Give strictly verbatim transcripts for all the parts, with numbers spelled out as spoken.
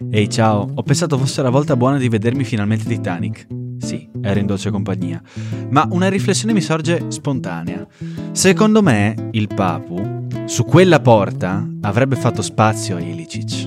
Ehi ciao, ho pensato fosse la volta buona di vedermi finalmente Titanic. Sì, ero in dolce compagnia. Ma una riflessione mi sorge spontanea. Secondo me, il Papu, su quella porta, avrebbe fatto spazio a Ilicic.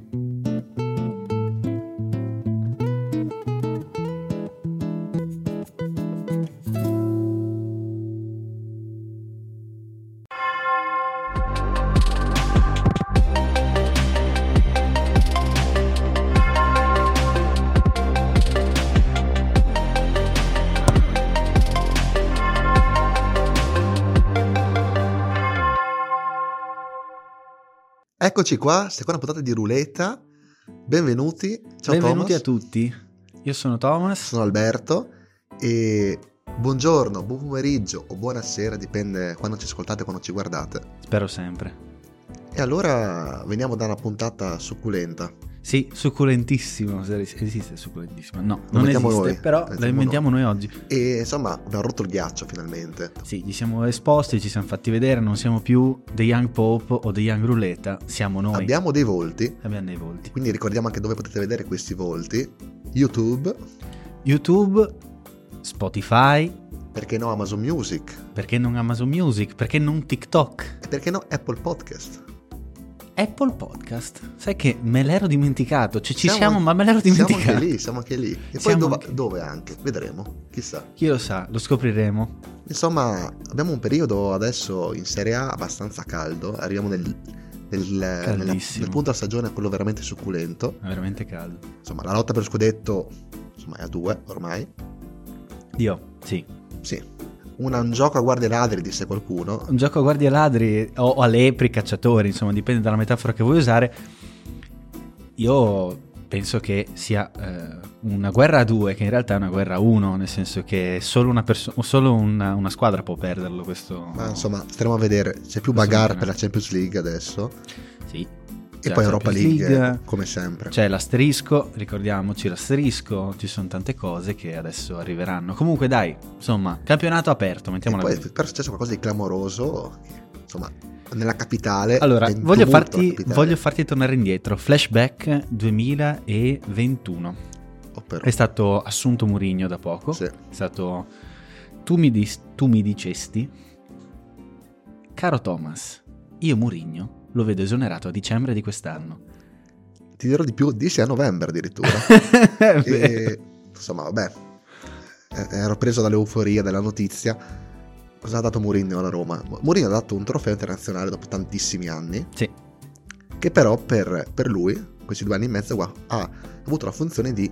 Eccoci qua, seconda puntata di Ruleta. Benvenuti. Ciao Benvenuti Thomas. a tutti. Io sono Thomas. Sono Alberto e buongiorno, buon pomeriggio o buonasera, dipende quando ci ascoltate e quando ci guardate. Spero sempre. E allora veniamo da una puntata succulenta. Sì, succulentissimo. Esiste succulentissimo? No, Lo non mettiamo esiste, noi, però lo la mettiamo inventiamo noi oggi. E insomma abbiamo rotto il ghiaccio finalmente. Sì, ci siamo esposti, ci siamo fatti vedere, non siamo più The Young Pope o The Young Ruleta, siamo noi. Abbiamo dei volti, Abbiamo dei volti. quindi ricordiamo anche dove potete vedere questi volti. YouTube, YouTube, Spotify, perché no Amazon Music, perché non Amazon Music, perché non TikTok, e perché no Apple Podcast. Apple Podcast. Sai che me l'ero dimenticato, cioè ci Siamo- siamo, ma me l'ero dimenticato. Siamo anche lì, siamo anche lì. E poi Siamo dove, anche- dove anche? Vedremo, chissà. Chi lo sa, lo scopriremo. Insomma, abbiamo un periodo adesso in Serie A abbastanza caldo. Arriviamo nel, nel, nella- Caldissimo. nel punto della stagione, quello veramente succulento. È veramente caldo. Insomma, la lotta per lo scudetto insomma, è a due ormai. Dio, sì. Sì. Una, un gioco a guardie ladri, disse qualcuno. Un gioco a guardie ladri o a lepri, cacciatori, insomma, dipende dalla metafora che vuoi usare. Io penso che sia eh, una guerra a due, che in realtà è una guerra a uno, nel senso che solo una, perso- solo una, una squadra può perderlo questo. Ma insomma, staremo a vedere. C'è più Questo bagarre campionato. per la Champions League adesso. Sì. E C'è poi la Europa Champions League, League, come sempre. c'è l'asterisco, ricordiamoci l'asterisco, ci sono tante cose che adesso arriveranno. Comunque dai, insomma, campionato aperto, E mettiamola poi così. però è successo qualcosa di clamoroso. Insomma, nella capitale. Allora, è in voglio tumulto farti, la capitale. voglio farti tornare indietro. Flashback duemilaventuno. Oh, però. È stato assunto Mourinho da poco. Sì. È stato. Tu mi, dis- tu mi dicesti, caro Thomas, io Mourinho lo vedo esonerato a dicembre di quest'anno. Ti dirò di più, dissi a novembre addirittura. È vero. E insomma, vabbè, eh, ero preso dall'euforia della notizia. Cosa ha dato Mourinho alla Roma? Mourinho ha dato un trofeo internazionale dopo tantissimi anni, Sì, che però per, per lui, questi due anni e mezzo qua, ha avuto la funzione di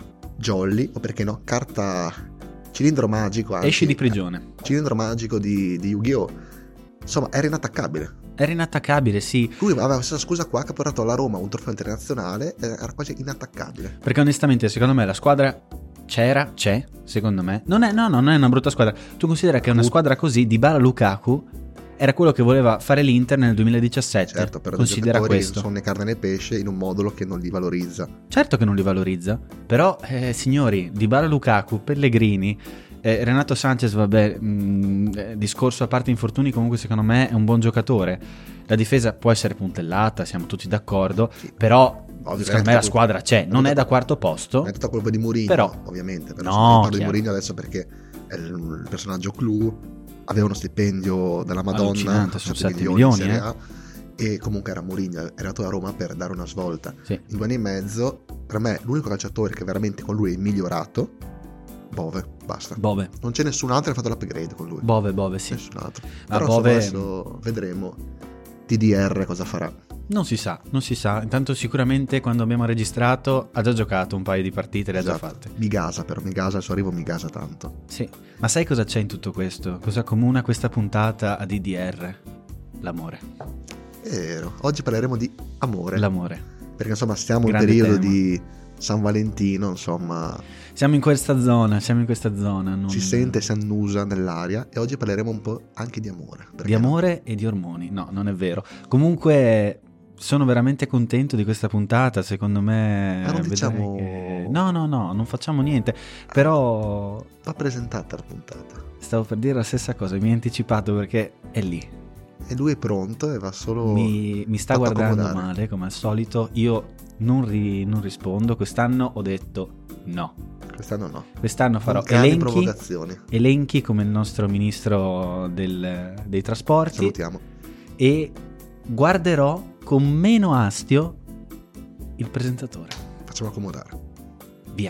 jolly, o perché no, carta cilindro magico. Anzi, esci di prigione. cilindro magico di, di Yu-Gi-Oh! Insomma, era inattaccabile. Era inattaccabile, sì. Lui aveva questa scusa qua che ha portato alla Roma un trofeo internazionale, era quasi inattaccabile. Perché onestamente, secondo me, la squadra c'era, c'è, secondo me. Non è, no, no, non è una brutta squadra. Tu considera che una squadra così, Dybala, Lukaku, era quello che voleva fare l'Inter nel duemiladiciassette. Certo, però i Considera giocatori questo. sono né carne né pesce in un modulo che non li valorizza. Certo che non li valorizza, però, eh, signori, Dybala, Lukaku, Pellegrini, eh, Renato Sanchez, vabbè, mh, eh, discorso a parte infortuni, comunque secondo me è un buon giocatore. La difesa può essere puntellata, siamo tutti d'accordo, Sì. però Ovvio, secondo me la squadra c'è, non è da quarto posto. Non è tutta colpa di Mourinho, Però- ovviamente. Però No, no, parlo di chiaro. Mourinho adesso perché è il, il personaggio clou, aveva uno stipendio della Madonna, Allucinante, sono sette sette milioni milioni, in Serie eh. A, e comunque era Mourinho, era andato a Roma per dare una svolta. Sì. In due anni e mezzo, per me, l'unico calciatore che veramente con lui è migliorato, Bove, basta. Bove, Non c'è nessun altro che ha fatto l'upgrade con lui. Bove, Bove, sì. Nessun altro. Ma Però Bove- insomma, adesso vedremo T D R cosa farà. Non si sa, non si sa. Intanto sicuramente quando abbiamo registrato ha già giocato un paio di partite, le ha già Esatto. fatte. Mi gasa però, mi gasa, il suo arrivo mi gasa tanto. Sì, ma sai cosa c'è in tutto questo? Cosa accomuna questa puntata a D D R? L'amore. È vero. Oggi parleremo di amore. L'amore. Perché insomma stiamo in Grande periodo tema. di San Valentino, insomma, Siamo in questa zona, siamo in questa zona. Non... si sente, si annusa nell'aria, e oggi parleremo un po' anche di amore. Perché Di amore e di ormoni. No, non è vero. Comunque sono veramente contento di questa puntata, secondo me. Ma non vedrai diciamo- che- No, no, no, non facciamo niente. Però no? Va presentata la puntata. stavo per dire la stessa cosa, mi hai anticipato perché è lì. e lui è pronto e va solo Mi, mi sta fatto guardando accomodare. male, come al solito. Io non, ri- non rispondo. Quest'anno ho detto no. Quest'anno no. Quest'anno farò Con grandi elenchi, provocazioni. elenchi come il nostro ministro del- dei trasporti, Salutiamo. e guarderò con meno astio il presentatore. Facciamo accomodare. Via.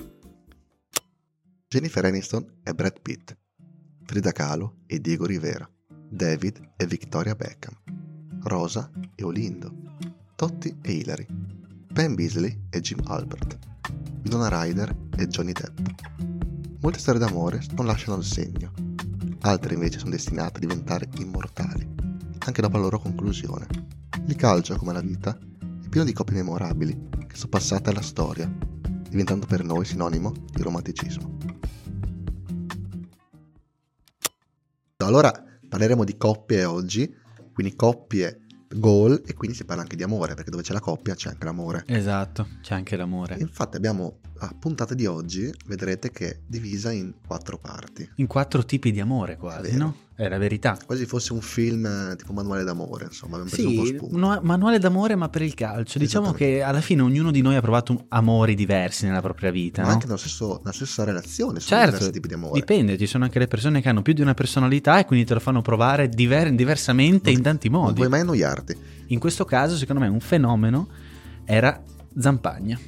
Jennifer Aniston e Brad Pitt, Frida Kahlo e Diego Rivera, David e Victoria Beckham, Rosa e Olindo, Totti e Hilary, Pam Beasley e Jim Albert, Winona Ryder e Johnny Depp. Molte storie d'amore non lasciano il segno, altre invece sono destinate a diventare immortali, anche dopo la loro conclusione. Il calcio, come la vita, è pieno di coppie memorabili che sono passate alla storia, diventando per noi sinonimo di romanticismo. Allora parleremo di coppie oggi, quindi coppie, goal, e quindi si parla anche di amore, perché dove c'è la coppia c'è anche l'amore. Esatto, c'è anche l'amore. Infatti abbiamo la puntata di oggi, vedrete che è divisa in quattro parti. In quattro tipi di amore È quasi, vero. no? È la verità. Quasi fosse un film eh, tipo manuale d'amore, insomma, abbiamo preso un po' Sì, spunto. un manuale d'amore ma per il calcio. Diciamo Esattamente. che alla fine ognuno di noi ha provato un- amori diversi nella propria vita, Ma no? anche nello stesso, nella stessa relazione sono Certo, diversi tipi di amore. dipende, ci sono anche le persone che hanno più di una personalità e quindi te lo fanno provare diver- diversamente in tanti Non modi. puoi mai annoiarti. In questo caso, secondo me, un fenomeno era Zampagna.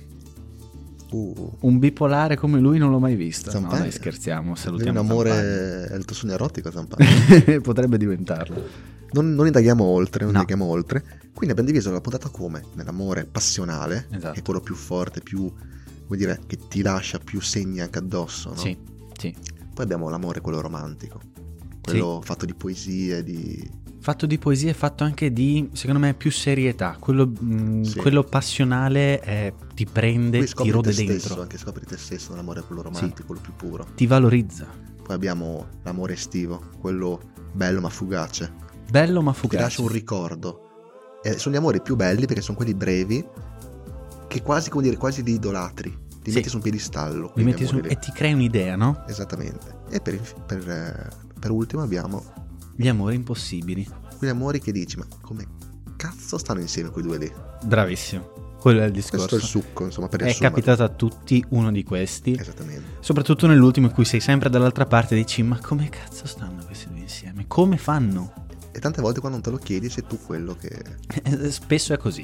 Uh, Un bipolare come lui non l'ho mai visto. Zampagna. No, dai, scherziamo, un salutiamo amore è il tuo sogno erotico, Zampagna. Zampagna. Potrebbe diventarlo. Non, non indaghiamo oltre, non No. indaghiamo oltre. Quindi abbiamo diviso la puntata come? Nell'amore passionale, Esatto. che è quello più forte, più, come dire, che ti lascia più segni anche addosso, no? Sì, sì. Poi abbiamo l'amore, quello romantico, quello fatto di poesie, di... Fatto di poesie, fatto anche di, secondo me, più serietà. Quello, mh, Sì. quello passionale eh, ti prende, Poi ti scopri rode te dentro, stesso, anche scopri te stesso nell'amore, quello romantico, quello più puro. ti valorizza. Poi abbiamo l'amore estivo, quello bello ma fugace, Bello ma ti fugace. lascia un ricordo. E sono gli amori più belli perché sono quelli brevi, che quasi, come dire, quasi li idolatri. Ti Sì. metti su un piedistallo. Li quei metti su, amori lì. e ti crei un'idea, no? Esattamente. E per, inf- per, eh, per ultimo abbiamo Gli amori impossibili. quegli amori che dici, ma come cazzo stanno insieme quei due lì? Bravissimo. Quello è il discorso. Questo è il succo, insomma, per È riassumere. capitato a tutti uno di questi. Esattamente. Soprattutto nell'ultimo in cui sei sempre dall'altra parte e dici, ma come cazzo stanno questi due insieme? Come fanno? E tante volte quando non te lo chiedi sei tu quello che... Eh, Spesso è così.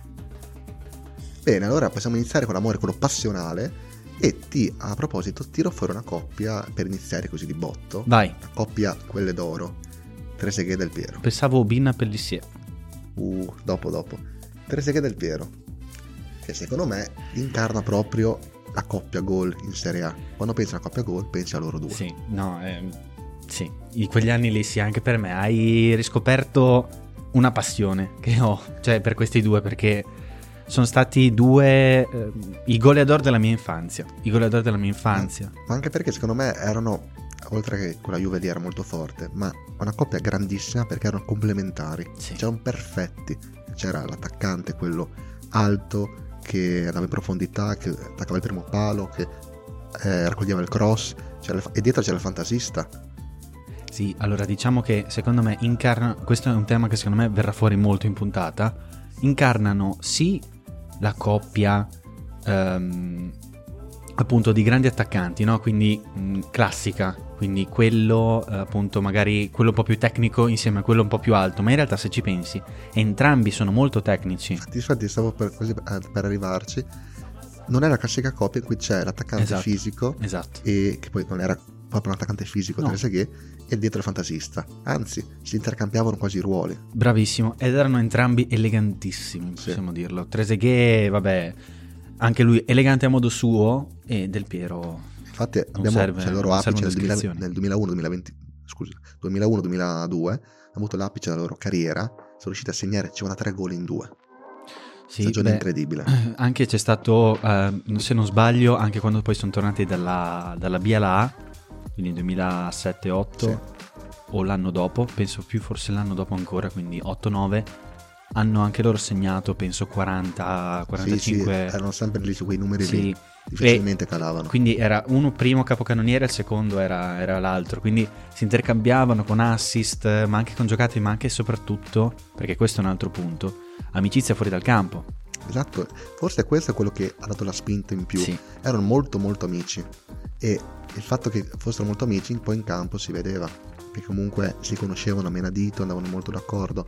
Bene, allora possiamo iniziare con l'amore, quello passionale. E ti, a proposito, tiro fuori una coppia per iniziare così di botto. Vai, La coppia quelle d'oro. Trezeguet Del Piero. pensavo Binna Pellissier. Uh, dopo, dopo. Trezeguet Del Piero. Che secondo me incarna proprio la coppia gol in Serie A. Quando pensi a una coppia gol, pensi a loro due. Sì, no, ehm, sì, in quegli anni lì sì, anche per me hai riscoperto una passione che ho, cioè per questi due, perché sono stati due eh, i goleador della mia infanzia, i goleador della mia infanzia. Ma anche perché secondo me erano, oltre che quella Juve lì era molto forte, ma una coppia grandissima perché erano complementari. Sì. C'erano perfetti. C'era l'attaccante, quello alto, che andava in profondità, che attaccava il primo palo, che eh, raccoglieva il cross, c'era il- e dietro c'era il fantasista. Sì, allora diciamo che secondo me incarna, questo è un tema che secondo me verrà fuori molto in puntata, incarnano sì la coppia ehm, appunto di grandi attaccanti, no? Quindi mh, classica, quindi quello eh, appunto magari quello un po' più tecnico insieme a quello un po' più alto, ma in realtà se ci pensi entrambi sono molto tecnici. Infatti, infatti stavo per, così, eh, per arrivarci. Non è la classica coppia in cui c'è l'attaccante Esatto. fisico, Esatto. e che poi non era proprio un attaccante fisico, No. Trezeguet, e dietro il fantasista. Anzi, si intercambiavano quasi i ruoli. Bravissimo, ed erano entrambi elegantissimi, Sì. possiamo dirlo. Trezeguet, vabbè, anche lui elegante a modo suo, e Del Piero Infatti Non abbiamo serve- c'è il loro non apice servono nel, duemila descrizioni. nel duemilauno duemilaventi, scusa, duemilauno duemiladue, hanno avuto l'apice della loro carriera, sono riusciti a segnare cinquantatré gol in due. sì, Stagione beh, incredibile. anche c'è stato, eh, se non sbaglio, anche quando poi sono tornati dalla, dalla B L A, quindi duemilasette otto Sì. o l'anno dopo, penso più forse l'anno dopo ancora, quindi otto nove, hanno anche loro segnato, penso, quaranta quarantacinque. Sì, sì, erano sempre lì su quei numeri sì. lì, difficilmente e calavano. Quindi era uno primo capocannoniere e il secondo era, era l'altro, quindi si intercambiavano con assist, ma anche con giocate, ma anche e soprattutto, perché questo è un altro punto, amicizia fuori dal campo. Esatto, forse questo è quello che ha dato la spinta in più. Sì. Erano molto molto amici, e il fatto che fossero molto amici poi in campo si vedeva, perché comunque si conoscevano a menadito, andavano molto d'accordo.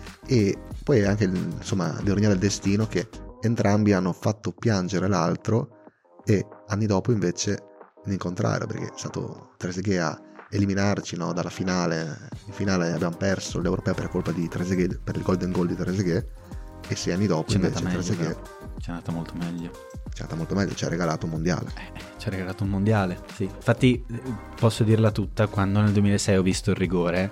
E poi anche, insomma, l'ironia del destino che entrambi hanno fatto piangere l'altro, e anni dopo invece l'incontrarono, perché è stato Trezeguet a eliminarci, no, dalla finale. In finale abbiamo perso l'Europeo per colpa di Trezeguet, per il golden goal di Trezeguet, e sei anni dopo C'è invece andata meglio, Trezeguet c'è andata molto meglio. C'è andata molto meglio, ci ha regalato un mondiale. Eh, ci ha regalato un mondiale, sì. Infatti posso dirla tutta, quando nel duemilasei ho visto il rigore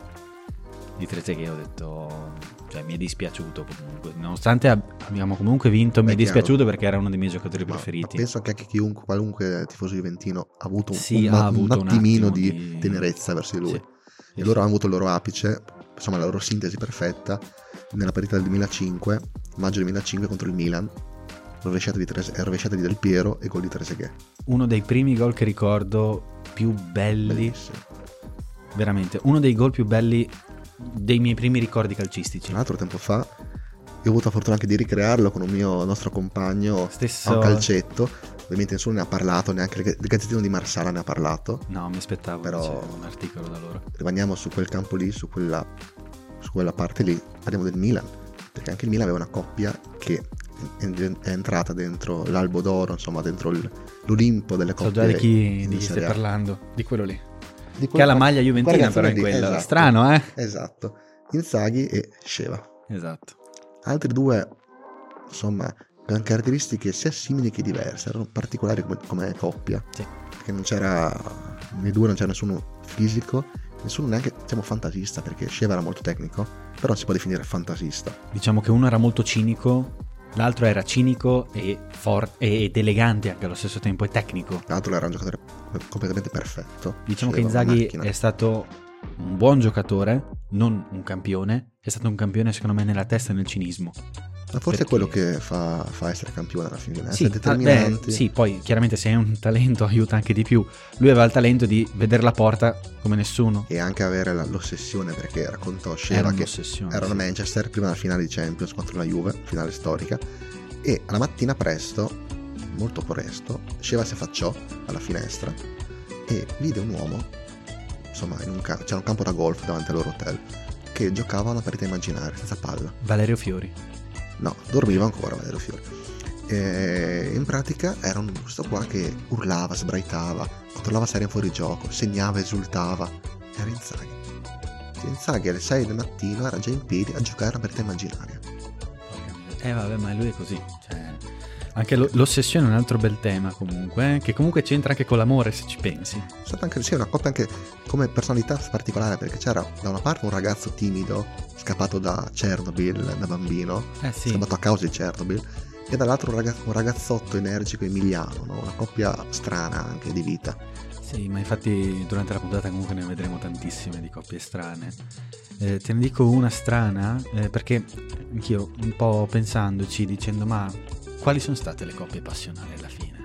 di Trezeguet ho detto, cioè mi è dispiaciuto comunque, nonostante abbiamo comunque vinto, mi Beh, è dispiaciuto chiaro. perché era uno dei miei giocatori Ma, preferiti. ma penso che anche chiunque, qualunque tifoso juventino ha avuto, Sì, un, ha un, avuto un un attimino attimo di, di tenerezza verso di lui. Sì. E loro hanno avuto il loro apice, insomma la loro sintesi perfetta nella partita del duemilacinque, maggio duemilacinque contro il Milan, rovesciata di, Tres- rovesciata di Del Piero e gol di Trezeguet. Uno dei primi gol che ricordo più belli, Bellissimo. veramente, uno dei gol più belli dei miei primi ricordi calcistici. Un altro tempo fa io ho avuto la fortuna anche di ricrearlo con un mio nostro compagno Stesso... a un calcetto. Ovviamente nessuno ne ha parlato, neanche il Gazzettino di Marsala ne ha parlato. No, mi aspettavo però un articolo da loro. Rimaniamo su quel campo lì, su quella, su quella parte lì, parliamo del Milan, perché anche il Milan aveva una coppia che è, è entrata dentro l'Albo d'Oro, insomma dentro il, l'Olimpo delle coppie. So già di chi, in di chi stai Serie A. parlando, di quello lì. Di Che ha la maglia juventina quella però in lì, quella. esatto. Strano, eh? Esatto. Inzaghi e Sheva. Esatto. Altri due, insomma, con caratteristiche sia simili che diverse, erano particolari come, come coppia. Sì. Perché non c'era, nei due non c'era nessuno fisico, nessuno neanche, diciamo, fantasista, perché Sheva era molto tecnico, però non si può definire fantasista. Diciamo che uno era molto cinico, l'altro era cinico e forte ed elegante anche allo stesso tempo, e tecnico. L'altro era un giocatore completamente perfetto. Diciamo Sheva, che Inzaghi macchina. è stato un buon giocatore, non un campione, è stato un campione secondo me nella testa e nel cinismo. Ma forse perché- è quello che fa, fa essere campione alla fine, Sì, essere determinanti. ah, beh, sì, poi chiaramente se hai un talento aiuta anche di più. Lui aveva il talento di vedere la porta come nessuno. E anche avere la- l'ossessione, perché raccontò Sheva Era che un'ossessione. erano a sì. Manchester prima della finale di Champions contro la Juve, finale storica, e alla mattina presto, molto presto, Sheva si affacciò alla finestra e vide un uomo, insomma, in un ca- c'era un campo da golf davanti al loro hotel, che giocava a una partita immaginaria senza palla. Valerio Fiori. No, dormiva ancora Valerio Fiori. E in pratica era un questo qua che urlava, sbraitava, controllava se era in fuorigioco, segnava, esultava. Era Inzaghi. Inzaghi alle sei del mattino era già in piedi a giocare a una partita immaginaria. Eh vabbè, ma lui è così, cioè, anche lo- l'ossessione è un altro bel tema comunque, eh, che comunque c'entra anche con l'amore se ci pensi. È stata anche sì, una coppia anche come personalità particolare, perché c'era da una parte un ragazzo timido scappato da Chernobyl da bambino, Eh sì, scappato a causa di Chernobyl, e dall'altro un, ragazzo, un ragazzotto energico emiliano, no? Una coppia strana anche di vita. sì, ma infatti durante la puntata comunque ne vedremo tantissime di coppie strane. Eh, te ne dico una strana, eh, perché anch'io un po' pensandoci, dicendo ma quali sono state le coppie passionali alla fine?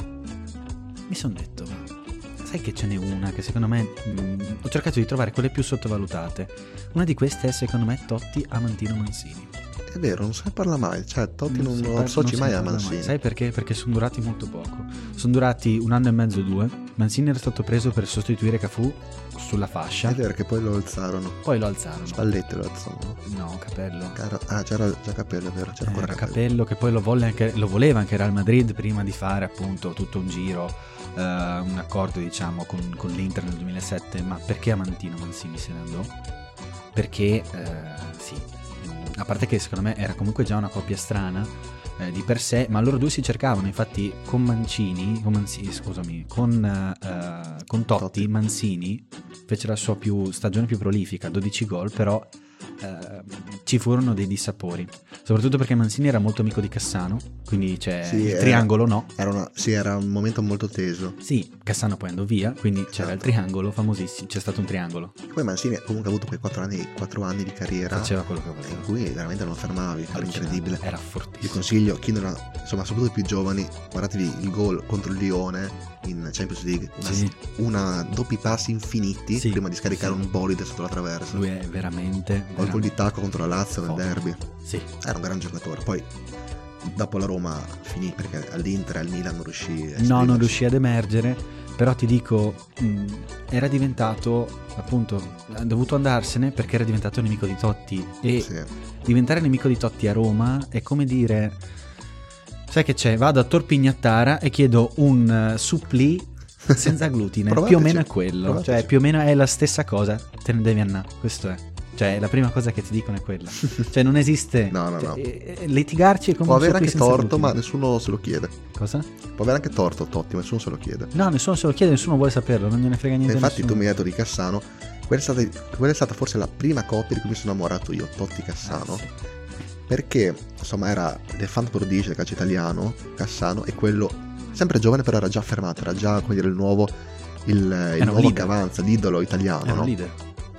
Mi sono detto, ma sai che ce n'è una che secondo me, mh, ho cercato di trovare quelle più sottovalutate. Una di queste è secondo me Totti Amantino Mancini. È vero, non se ne parla mai, cioè Totti non, si non parla- associ non mai se ne a parla Mancini. mai. Sai perché? Perché sono durati molto poco. Sono durati un anno e mezzo, due. Mancini era stato preso per sostituire Cafù sulla fascia, È vero che poi lo alzarono. poi lo alzarono. Spalletti lo alzano. No, Capello. Cara- Ah, c'era già Capello, è vero, c'era ancora Era Capello. Capello che poi lo, volle anche, lo voleva anche Real Madrid prima di fare appunto tutto un giro, eh, un accordo diciamo con, con l'Inter nel duemilasette. Ma perché Amantino Mancini se ne andò? Perché eh, sì, a parte che secondo me era comunque già una coppia strana eh, di per sé, ma loro due si cercavano. Infatti con Mancini, con Manzini, scusami, con, eh, con Totti, Totti. Mancini fece la sua più, stagione più prolifica, dodici gol, però eh, ci furono dei dissapori, soprattutto perché Mancini era molto amico di Cassano, quindi c'è Sì, il era- triangolo no. Era una, sì, era un momento molto teso. Sì, Cassano poi andò via, quindi c'era Esatto. il triangolo famosissimo, c'è stato un triangolo, Poi Mancini comunque ha avuto quei quattro anni, quattro anni di carriera faceva quello che in voleva. cui veramente non lo fermavi, era Allucinante, incredibile. era Vi fortissimo. consiglio, chi non ha, insomma, soprattutto i più giovani, guardatevi il gol contro il Lione in Champions League, una, Sì. una doppi passi infiniti Sì, prima di scaricare sì. un bolide sotto la traversa. Lui è veramente, Poi il gol veramente di tacco contro la Lazio nel forte. derby. Sì, Era un gran giocatore. Poi dopo la Roma finì perché all'Inter e al Milan non riuscì a no, non esprimersi. riuscì ad emergere, però ti dico, mh, era diventato, appunto, ha dovuto andarsene perché era diventato nemico di Totti, e Sì. diventare nemico di Totti a Roma è come dire, sai che c'è, vado a Torpignattara e chiedo un uh, supplì senza glutine, Provateci. più o meno è quello, Provateci. cioè più o meno è la stessa cosa, te ne devi andare, questo è. Cioè, la prima cosa che ti dicono è quella. Cioè, non esiste. No, no, cioè, no. eh, eh, litigarci è come Può un avere supplì anche senza torto, glutine. ma nessuno se lo chiede. Cosa? Può avere anche torto Totti, ma nessuno se lo chiede. No, nessuno se lo chiede, nessuno vuole saperlo, non gliene frega E niente. a infatti tu nessuno. mi hai detto di Cassano, quella è, stata, quella è stata forse la prima coppia di cui mi sono innamorato io, Totti Cassano, Ah, sì. perché insomma era l'elefante prodigio del calcio italiano, Cassano, e quello sempre giovane però era già affermato, era già come dire il nuovo, il, il un nuovo leader. che avanza, l'idolo italiano, Era un no? leader.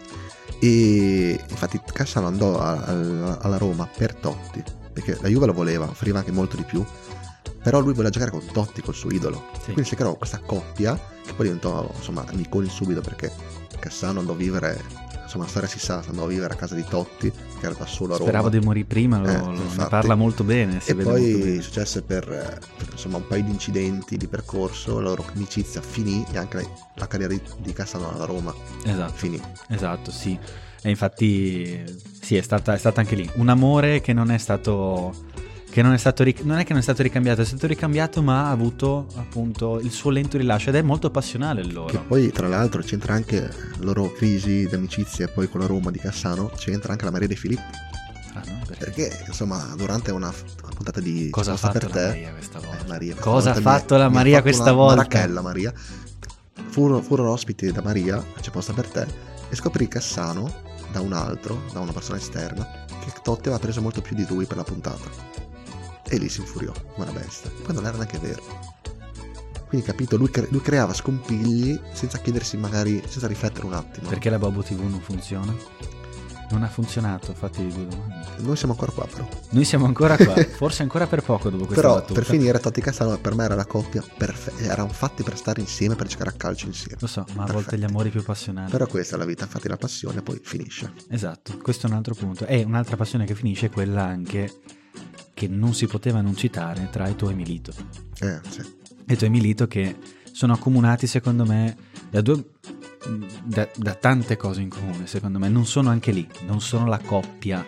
E infatti Cassano andò a- a- alla Roma per Totti, perché la Juve lo voleva, offriva anche molto di più, però lui voleva giocare con Totti, col suo idolo. Sì. Quindi si creò questa coppia che poi diventò insomma amiconi subito, perché Cassano andò a vivere, insomma la storia si sa, andò a vivere a casa di Totti, che era da solo a Roma. Speravo di morire prima, lo, Eh, lo- ne infatti. parla molto bene. Si E vede molto poi bene. successe per, eh, per, insomma un paio di incidenti di percorso, la loro amicizia finì e anche la carriera di, di Cassano alla Roma Esatto, finì. esatto, sì. E infatti, sì, è stata, è stata anche lì un amore che non è stato. Che non è stato ric- non è che non è stato ricambiato, è stato ricambiato, ma ha avuto appunto il suo lento rilascio ed è molto passionale il Che loro. poi tra l'altro c'entra anche la loro crisi di amicizia poi con la Roma di Cassano, c'entra anche la Maria De Filippi, Ah, no? Perché? perché insomma durante una, una puntata di Cosa ha C'è posta fatto per la te, Maria questa volta? eh, Maria, questa Cosa ha volta mi- fatto la mi ha Maria fatto questa una volta? marachella Maria. Furono, furono ospiti da Maria, C'è posta per te, e scoprì Cassano da un altro, da una persona esterna, che Totti aveva preso molto più di lui per la puntata. E lì si infuriò come una bestia. Poi non era neanche vero. Quindi capito, lui, cre- lui creava scompigli senza chiedersi magari, senza riflettere un attimo. Perché la Bobo tivù non funziona? Non ha funzionato, fatti due domande. Noi siamo ancora qua però. Noi siamo ancora qua, forse ancora per poco dopo questa Però battuta. per finire Totti Cassano per me era la coppia perfetta, erano fatti per stare insieme, per giocare a calcio insieme. Lo so, ma a volte Perfetti. gli amori più passionali. Però questa è la vita, infatti la passione poi finisce. Esatto, questo è un altro punto. E un'altra passione che finisce è quella anche che non si poteva non citare tra Eto'o e Milito. Eh, sì. Eto'o e Milito che sono accomunati secondo me da due da, da tante cose in comune, secondo me. Non sono anche lì, non sono la coppia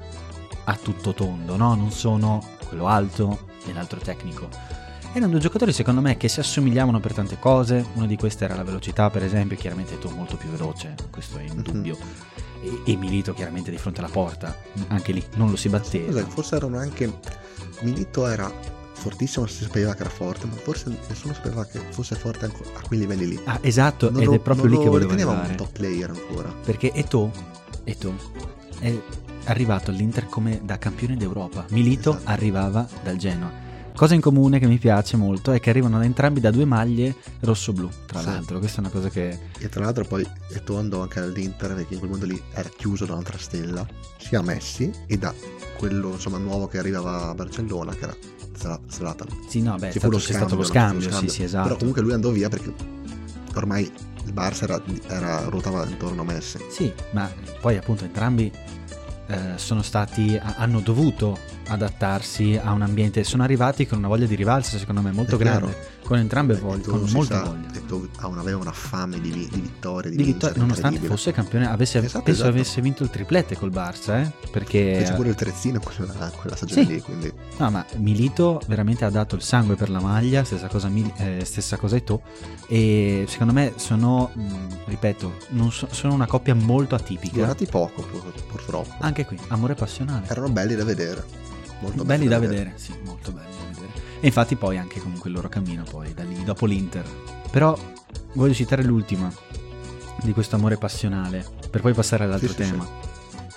a tutto tondo, no? Non sono quello alto e l'altro tecnico. Erano due giocatori secondo me che si assomigliavano per tante cose. Una di queste era la velocità, per esempio. Chiaramente Eto'o molto più veloce, questo è indubbio. E, e Milito chiaramente di fronte alla porta, anche lì non lo si batteva. Scusa, forse erano anche... Milito era fortissimo, si sapeva che era forte, ma forse nessuno sapeva che fosse forte anche a quei livelli lì. Ah, esatto, Non ed lo- è proprio non lì che lo volevo riteneva arrivare. un top player ancora. Perché Eto'o, Eto'o è arrivato all'Inter come da campione d'Europa. Milito Esatto. arrivava dal Genoa. Cosa in comune che mi piace molto è che arrivano da entrambi da due maglie rosso-blu, tra Sì. l'altro. Questa è una cosa che... E tra l'altro poi Eto'o andò anche all'Inter, perché in quel mondo lì era chiuso da un'altra stella, sia Messi e da quello insomma nuovo che arrivava a Barcellona, che era Zla- Zlatan. Sì, no, beh, è Ci stato, fu lo c'è stato lo scambio, scambio, no? Ci fu lo sì, sì, scambio. Però esatto. comunque lui andò via perché ormai il Barça era, era ruotava intorno a Messi. Sì, ma poi appunto entrambi eh, sono stati, a- hanno dovuto adattarsi a un ambiente, sono arrivati con una voglia di rivalsa secondo me molto È chiaro. grande, con entrambe voglie, Eto'o con si molta sa, voglia. Eto'o ha una- aveva una fame di, vi- di vittorie, di, Di vincere, vittoria, nonostante incredibile. fosse campione, avesse, Esatto, penso esatto. avesse vinto il triplete col Barça, eh? Perché Fece pure il terzino quella, quella stagione Sì. lì, quindi no, ma Milito veramente ha dato il sangue per la maglia, stessa cosa, Mil- eh, stessa cosa Eto'o, e secondo me sono, mh, ripeto, non so- sono una coppia molto atipica. durati poco pur- purtroppo. Anche qui, amore passionale. Erano belli da vedere, molto Belli da vedere, sì, molto belli da vedere. E infatti poi anche comunque il loro cammino poi da lì, dopo l'Inter. Però voglio citare l'ultima di questo amore passionale, per poi passare all'altro Sì, sì, tema.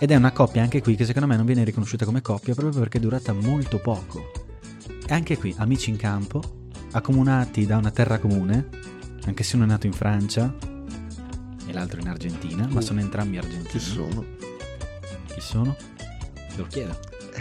Ed è una coppia anche qui che secondo me non viene riconosciuta come coppia proprio perché è durata molto poco. E anche qui, amici in campo, accomunati da una terra comune, anche se uno è nato in Francia e l'altro in Argentina, ma sono entrambi argentini. Chi sono? Chi sono? Te lo chiedo.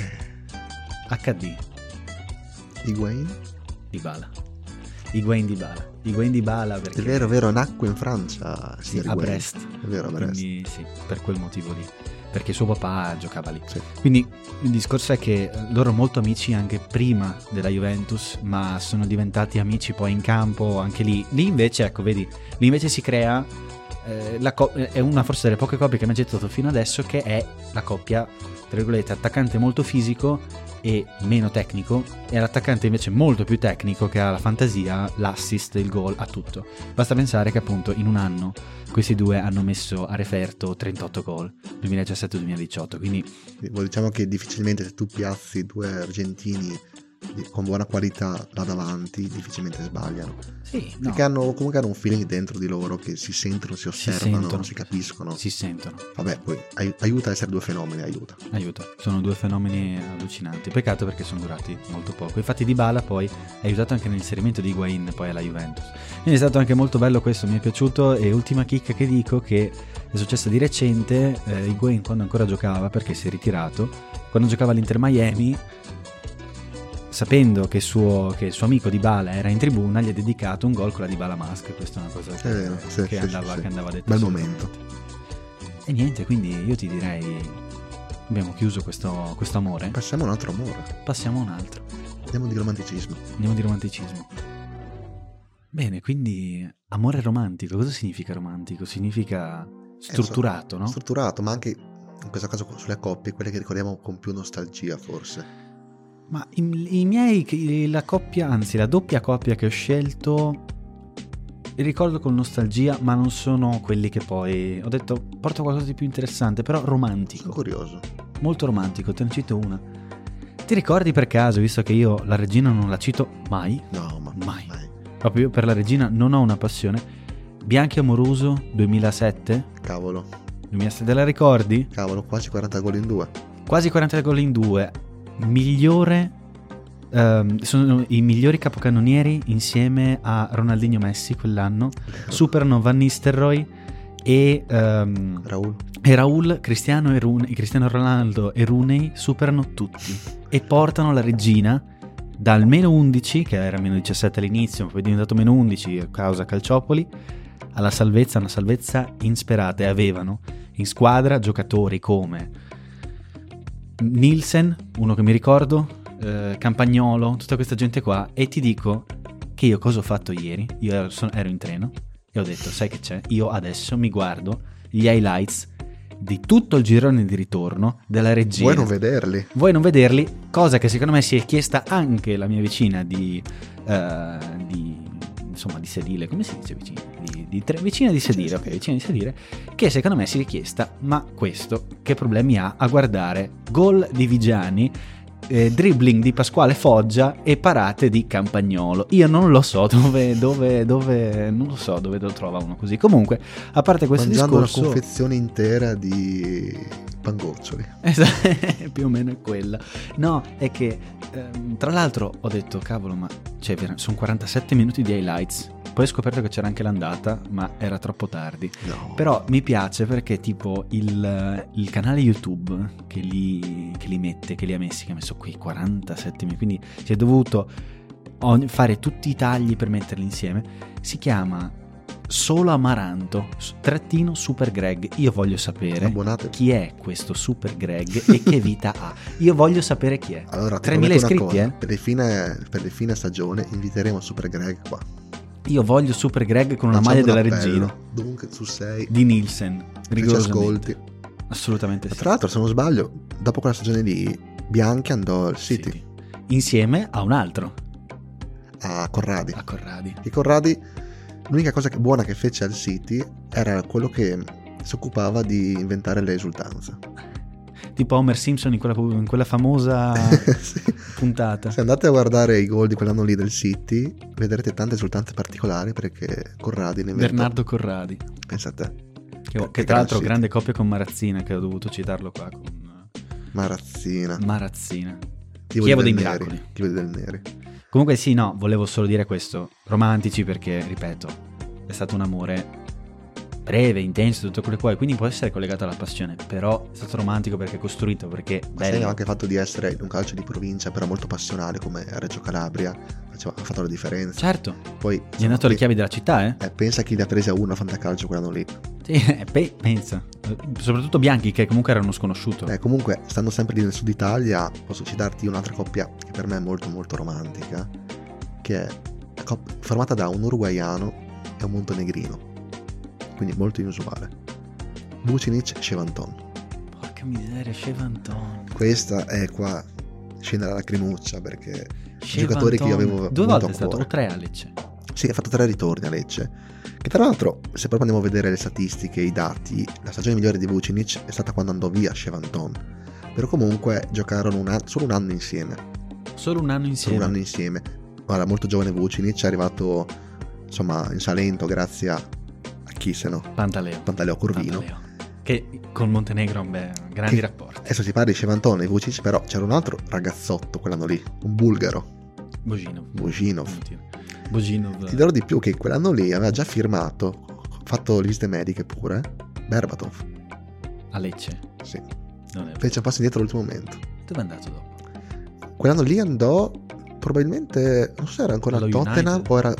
acca di. Higuain? Dybala. Higuain Dybala. Higuain Dybala perché... È vero, vero, nacque in Francia. Sì, a Brest. È vero, a Brest. Quindi sì, per quel motivo lì. Perché suo papà giocava lì. Sì. Quindi il discorso è che loro molto amici anche prima della Juventus, ma sono diventati amici poi in campo anche lì. Lì invece, ecco, vedi, lì invece si crea eh, la co- è una forse delle poche coppie che mi ha gettato fino adesso, che è la coppia, tra virgolette, attaccante molto fisico e meno tecnico, e l'attaccante invece molto più tecnico che ha la fantasia, l'assist, il gol, ha tutto. Basta pensare che appunto in un anno questi due hanno messo a referto trentotto gol, duemiladiciassette duemiladiciotto, quindi diciamo che difficilmente se tu piazzi due argentini con buona qualità là davanti difficilmente sbagliano. Sì, no. Perché hanno comunque hanno un feeling dentro di loro che si sentono, si osservano, si, sentono, si capiscono. Si sentono. Vabbè, poi ai- aiuta a essere due fenomeni, aiuta. Aiuta, sono due fenomeni allucinanti. Peccato perché sono durati molto poco. Infatti Dybala poi ha aiutato anche nell'inserimento di Higuain poi alla Juventus. Quindi è stato anche molto bello questo, mi è piaciuto. E ultima chicca che dico, che è successa di recente, eh, Higuain quando ancora giocava, perché si è ritirato, quando giocava all'Inter Miami, sapendo che, suo, che il suo amico Dybala era in tribuna, gli ha dedicato un gol con la Dybala Mask. Questa è una cosa che, vero, sì, che, sì, andava, sì, che andava detta. Bel momento. E niente, quindi io ti direi, abbiamo chiuso questo, questo amore. Passiamo a un altro amore. Passiamo a un altro. Andiamo di romanticismo. Andiamo di romanticismo. Bene, quindi amore romantico. Cosa significa romantico? Significa strutturato, eh, so, no? Strutturato, ma anche in questo caso sulle coppie, quelle che ricordiamo con più nostalgia forse. Ma i, i miei, la coppia, anzi la doppia coppia che ho scelto, li ricordo con nostalgia, ma non sono quelli che poi ho detto porto qualcosa di più interessante, però romantico. Sono curioso. Molto romantico, te ne cito una. Ti ricordi per caso, visto che io la regina non la cito mai? No, ma mai. mai. Proprio io per la regina non ho una passione. Bianchi Amoruso duemilasette? Cavolo. duemilasette, te la ricordi? Cavolo, quasi quaranta gol in due. Quasi quaranta gol in due. Migliore, um, sono i migliori capocannonieri insieme a Ronaldinho Messi quell'anno, superano Van Nistelrooy e, um, Raul. e Raul, Cristiano, e Rune, Cristiano Ronaldo e Rooney superano tutti e portano la regina dal meno undici, che era meno diciassette all'inizio, poi è diventato meno undici a causa Calciopoli, alla salvezza, una salvezza insperata. E avevano in squadra giocatori come Nielsen, uno che mi ricordo, eh, Campagnolo, tutta questa gente qua. E ti dico che io cosa ho fatto ieri? Io ero, sono, ero in treno e ho detto, sai che c'è? Io adesso mi guardo gli highlights di tutto il girone di ritorno della regina. Vuoi non vederli? Vuoi non vederli? Cosa che secondo me si è chiesta anche la mia vicina di, uh, di insomma di sedile, come si dice vicina? Di, di tre, vicina di sedile, ok, vicina di sedile, che secondo me si è chiesta, ma questo che problemi ha a guardare gol di Vigiani, eh, dribbling di Pasquale Foggia e parate di Campagnolo? Io non lo so dove, dove, dove, non lo so dove lo trova uno così. Comunque, a parte questo mangiando discorso, una confezione intera di pangoccioli. Esatto, più o meno è quella. No, è che ehm, tra l'altro ho detto cavolo, ma cioè, sono quarantasette minuti di highlights. Poi ho scoperto che c'era anche l'andata, ma era troppo tardi. No. Però mi piace perché tipo il, il canale YouTube che li, che li mette, che li ha messi, che ha messo qui quarantasette minuti, quindi si è dovuto fare tutti i tagli per metterli insieme, si chiama Solo Amaranto trattino Super Greg. Io voglio sapere Abbonate. chi è questo Super Greg e che vita ha. Io voglio sapere chi è. Allora, ti tremila prometto una iscritti, cosa, eh? per, le fine, per le fine stagione inviteremo Super Greg qua. Io voglio Super Greg con una Facciamo maglia della un appello. regina. Dunque tu sei Di Nielsen. che ci Rigorosamente. ascolti. Assolutamente sì. Tra l'altro, se non sbaglio, dopo quella stagione lì, Bianchi andò al City, Sì. Insieme a un altro, a Corradi. a Corradi. E Corradi, l'unica cosa che- buona che fece al City era quello che si occupava di inventare le esultanze. Tipo Homer Simpson in quella, in quella famosa Sì. puntata. Se andate a guardare i gol di quell'anno lì del City, vedrete tante esultanze particolari perché Corradi ne inventò. Bernardo Corradi. Pensa a te. Che, che che tra l'altro City. grande coppia con Marazzina, che ho dovuto citarlo qua con Marazzina. Marazzina. Chievo Chievo del dei Neri. miracoli. Chievo del Neri. Comunque sì, no, volevo solo dire questo. Romantici perché, ripeto, è stato un amore breve, intenso, tutto quello che vuoi, quindi può essere collegato alla passione, però è stato romantico perché è costruito, perché è Ma sai bello. anche il fatto di essere in un calcio di provincia, però molto passionale, come a Reggio Calabria, faceva- ha fatto la differenza. Certo, Poi gli è insomma, dato le pe- chiavi della città, eh? eh, pensa chi li ha presi a uno a fantacalcio quell'anno lì. Sì, eh, pe- pensa. Soprattutto Bianchi, che comunque era uno sconosciuto. Eh, comunque, stando sempre lì nel sud Italia, posso citarti un'altra coppia che per me è molto molto romantica, che è cop- formata da un uruguaiano e un montenegrino, quindi molto inusuale. Vucinic e Chevanton. Porca miseria, Chevanton. Questa è qua, scende la lacrimuccia, perché Chevanton. giocatori che io avevo Due avuto volte a è stato, cuore. o tre a Lecce. Sì, ha fatto tre ritorni a Lecce. Che tra l'altro, se proprio andiamo a vedere le statistiche, i dati, la stagione migliore di Vucinic è stata quando andò via Chevanton. Però comunque giocarono un an- solo un anno insieme. Solo un anno Solo insieme. un anno insieme. Guarda, molto giovane Vucinic, è arrivato insomma in Salento grazie a, a chi se no? Pantaleo. Pantaleo Corvino. Pantaleo. Che con Montenegro, beh, grandi Che- rapporti. Adesso si parla di Chevanton e Vucinic, però c'era un altro ragazzotto quell'anno lì, un bulgaro, Boginov. Buginov. Boginov. Ti dirò di più che quell'anno lì aveva già firmato, fatto le visite mediche pure, Berbatov. A Lecce. Sì. Non è... Fece un passo indietro all'ultimo momento. Dove è andato dopo? Quell'anno lì andò, probabilmente, non so se era ancora Allo a Tottenham United? o era...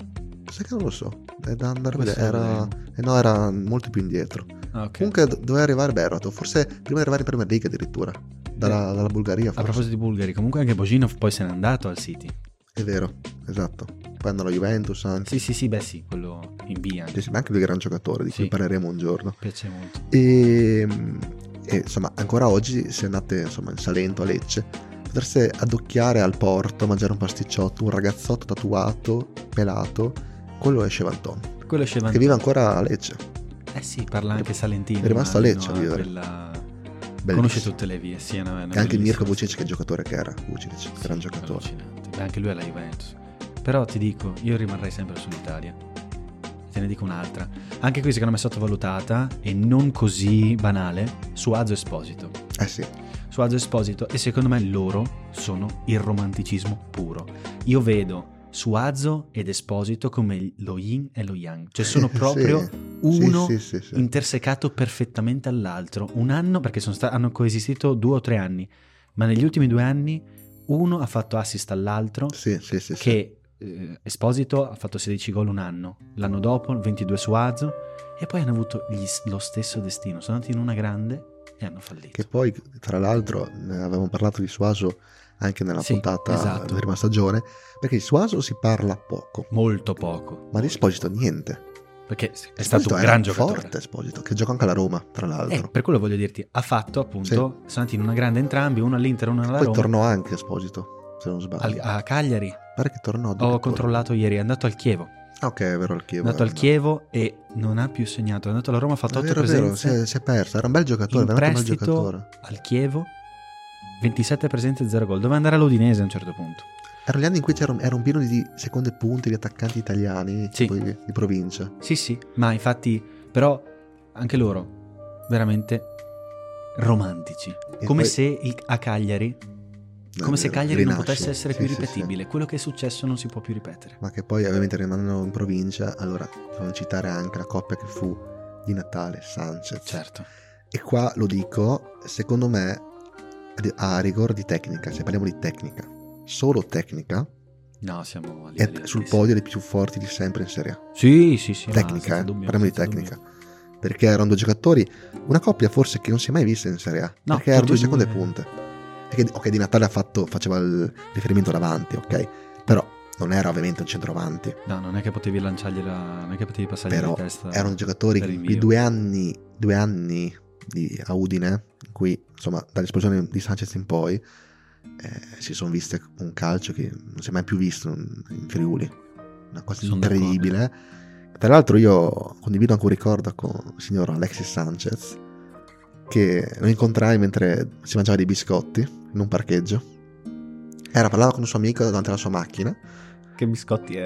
Sai che non lo so, è da andare a Questo vedere, lo era... vedremo. Eh no, era molto più indietro. Ah, ok. Comunque do- doveva arrivare Berbatov, forse prima di arrivare in Premier League addirittura, dalla, dalla Bulgaria A forse. proposito di bulgari, comunque anche Boginov poi se n'è andato al City. È vero, esatto. Poi andò alla Juventus anche. Sì, sì, sì, beh sì, quello in B anche. Sì, sì, ma anche lui è un gran giocatore, di Sì. cui parleremo un giorno. Mi piace molto. E, e, insomma, ancora oggi, se andate insomma, in Salento, a Lecce, potreste addocchiare al porto, mangiare un pasticciotto, un ragazzotto tatuato, pelato, quello è Chevanton, Quello è Chevanton. che vive ancora a Lecce. Eh sì, parla anche salentino. È rimasto a immagino, Lecce a vivere. quella- Bellissimo. Conosce tutte le vie, sì, è una, una E anche Mirko bellissima Vucinic, storia. che giocatore che era, Vucinic, Sì, gran giocatore. allucinante. Beh, anche lui è la Juventus. Però ti dico, io rimarrei sempre sull'Italia. Te ne dico un'altra. Anche qui secondo me è sottovalutata e non così banale. Suazo Esposito. Eh sì, Suazo Esposito e secondo me loro sono il romanticismo puro. Io vedo Suazo ed Esposito come lo yin e lo yang. Cioè sono proprio Sì. uno Sì, sì, sì, sì. intersecato perfettamente all'altro. Un anno, perché sono sta- hanno coesistito due o tre anni, ma negli ultimi due anni uno ha fatto assist all'altro, Sì, sì, sì, sì. che eh, Esposito ha fatto sedici gol un anno, l'anno dopo ventidue Suazo, e poi hanno avuto gli- lo stesso destino. Sono andati in una grande e hanno fallito. Che poi, tra l'altro, ne avevamo parlato di Suaso anche nella Sì, puntata esatto. della prima stagione, perché di Suaso si parla poco, Molto poco, ma di Esposito niente. perché è stato Esposito un era gran giocatore. forte Esposito, che gioca anche alla Roma, tra l'altro. Eh, per quello voglio dirti, ha fatto appunto, sono andati in una grande entrambi, uno all'Inter, uno alla Poi Roma, tornò anche Esposito, se non sbaglio. al- a Cagliari. Pare che tornò Ho addirittura. controllato ieri, è andato al Chievo. Ah, ok, è vero, al È Chievo. andato al eh, no. Chievo e non ha più segnato. È andato alla Roma, ha fatto È otto vero, è vero, si presenze è, si è perso, era un bel giocatore, in veramente un bel prestito giocatore. al Chievo, ventisette presenze e zero gol. Doveva andare all'Udinese a un certo punto. Erano gli anni in cui c'era un, era un pieno di seconde punte di attaccanti italiani, Sì. poi di provincia. Sì, sì, ma infatti, però anche loro veramente romantici. E Come poi- se il- a Cagliari, No, come è se vero, Cagliari non rinasce. potesse essere Sì, più sì, sì. ripetibile. Quello che è successo non si può più ripetere. Ma che poi ovviamente rimanendo in provincia, allora dobbiamo citare anche la coppia che fu di Natale, Sanchez. Certo. E qua lo dico, secondo me, a rigor di tecnica, se parliamo di tecnica, solo tecnica, No, siamo a è livelli sul altissimi. podio dei più forti di sempre in Serie A. Sì, sì, sì. no, Tecnica, senza eh, dubbio, parliamo di senza tecnica. dubbio. Perché erano due giocatori, una coppia forse che non si è mai vista in Serie A, No, perché erano tutti due e due- seconde punte. E che, ok, Di Natale ha fatto, faceva il riferimento davanti, ok, però non era ovviamente un centroavanti. No, non è che potevi lanciargliela, non è che potevi passargli Però di testa. erano giocatori per che il in quei invio. due anni, due anni di, a Udine, in cui insomma dall'esplosione di Sanchez in poi eh, si sono viste un calcio che non si è mai più visto in, in Friuli, una cosa Sono incredibile. Tra l'altro io condivido anche un ricordo con il signor Alexis Sanchez, che lo incontrai mentre si mangiava dei biscotti in un parcheggio. Era, parlava con un suo amico davanti alla sua macchina. Che biscotti erano?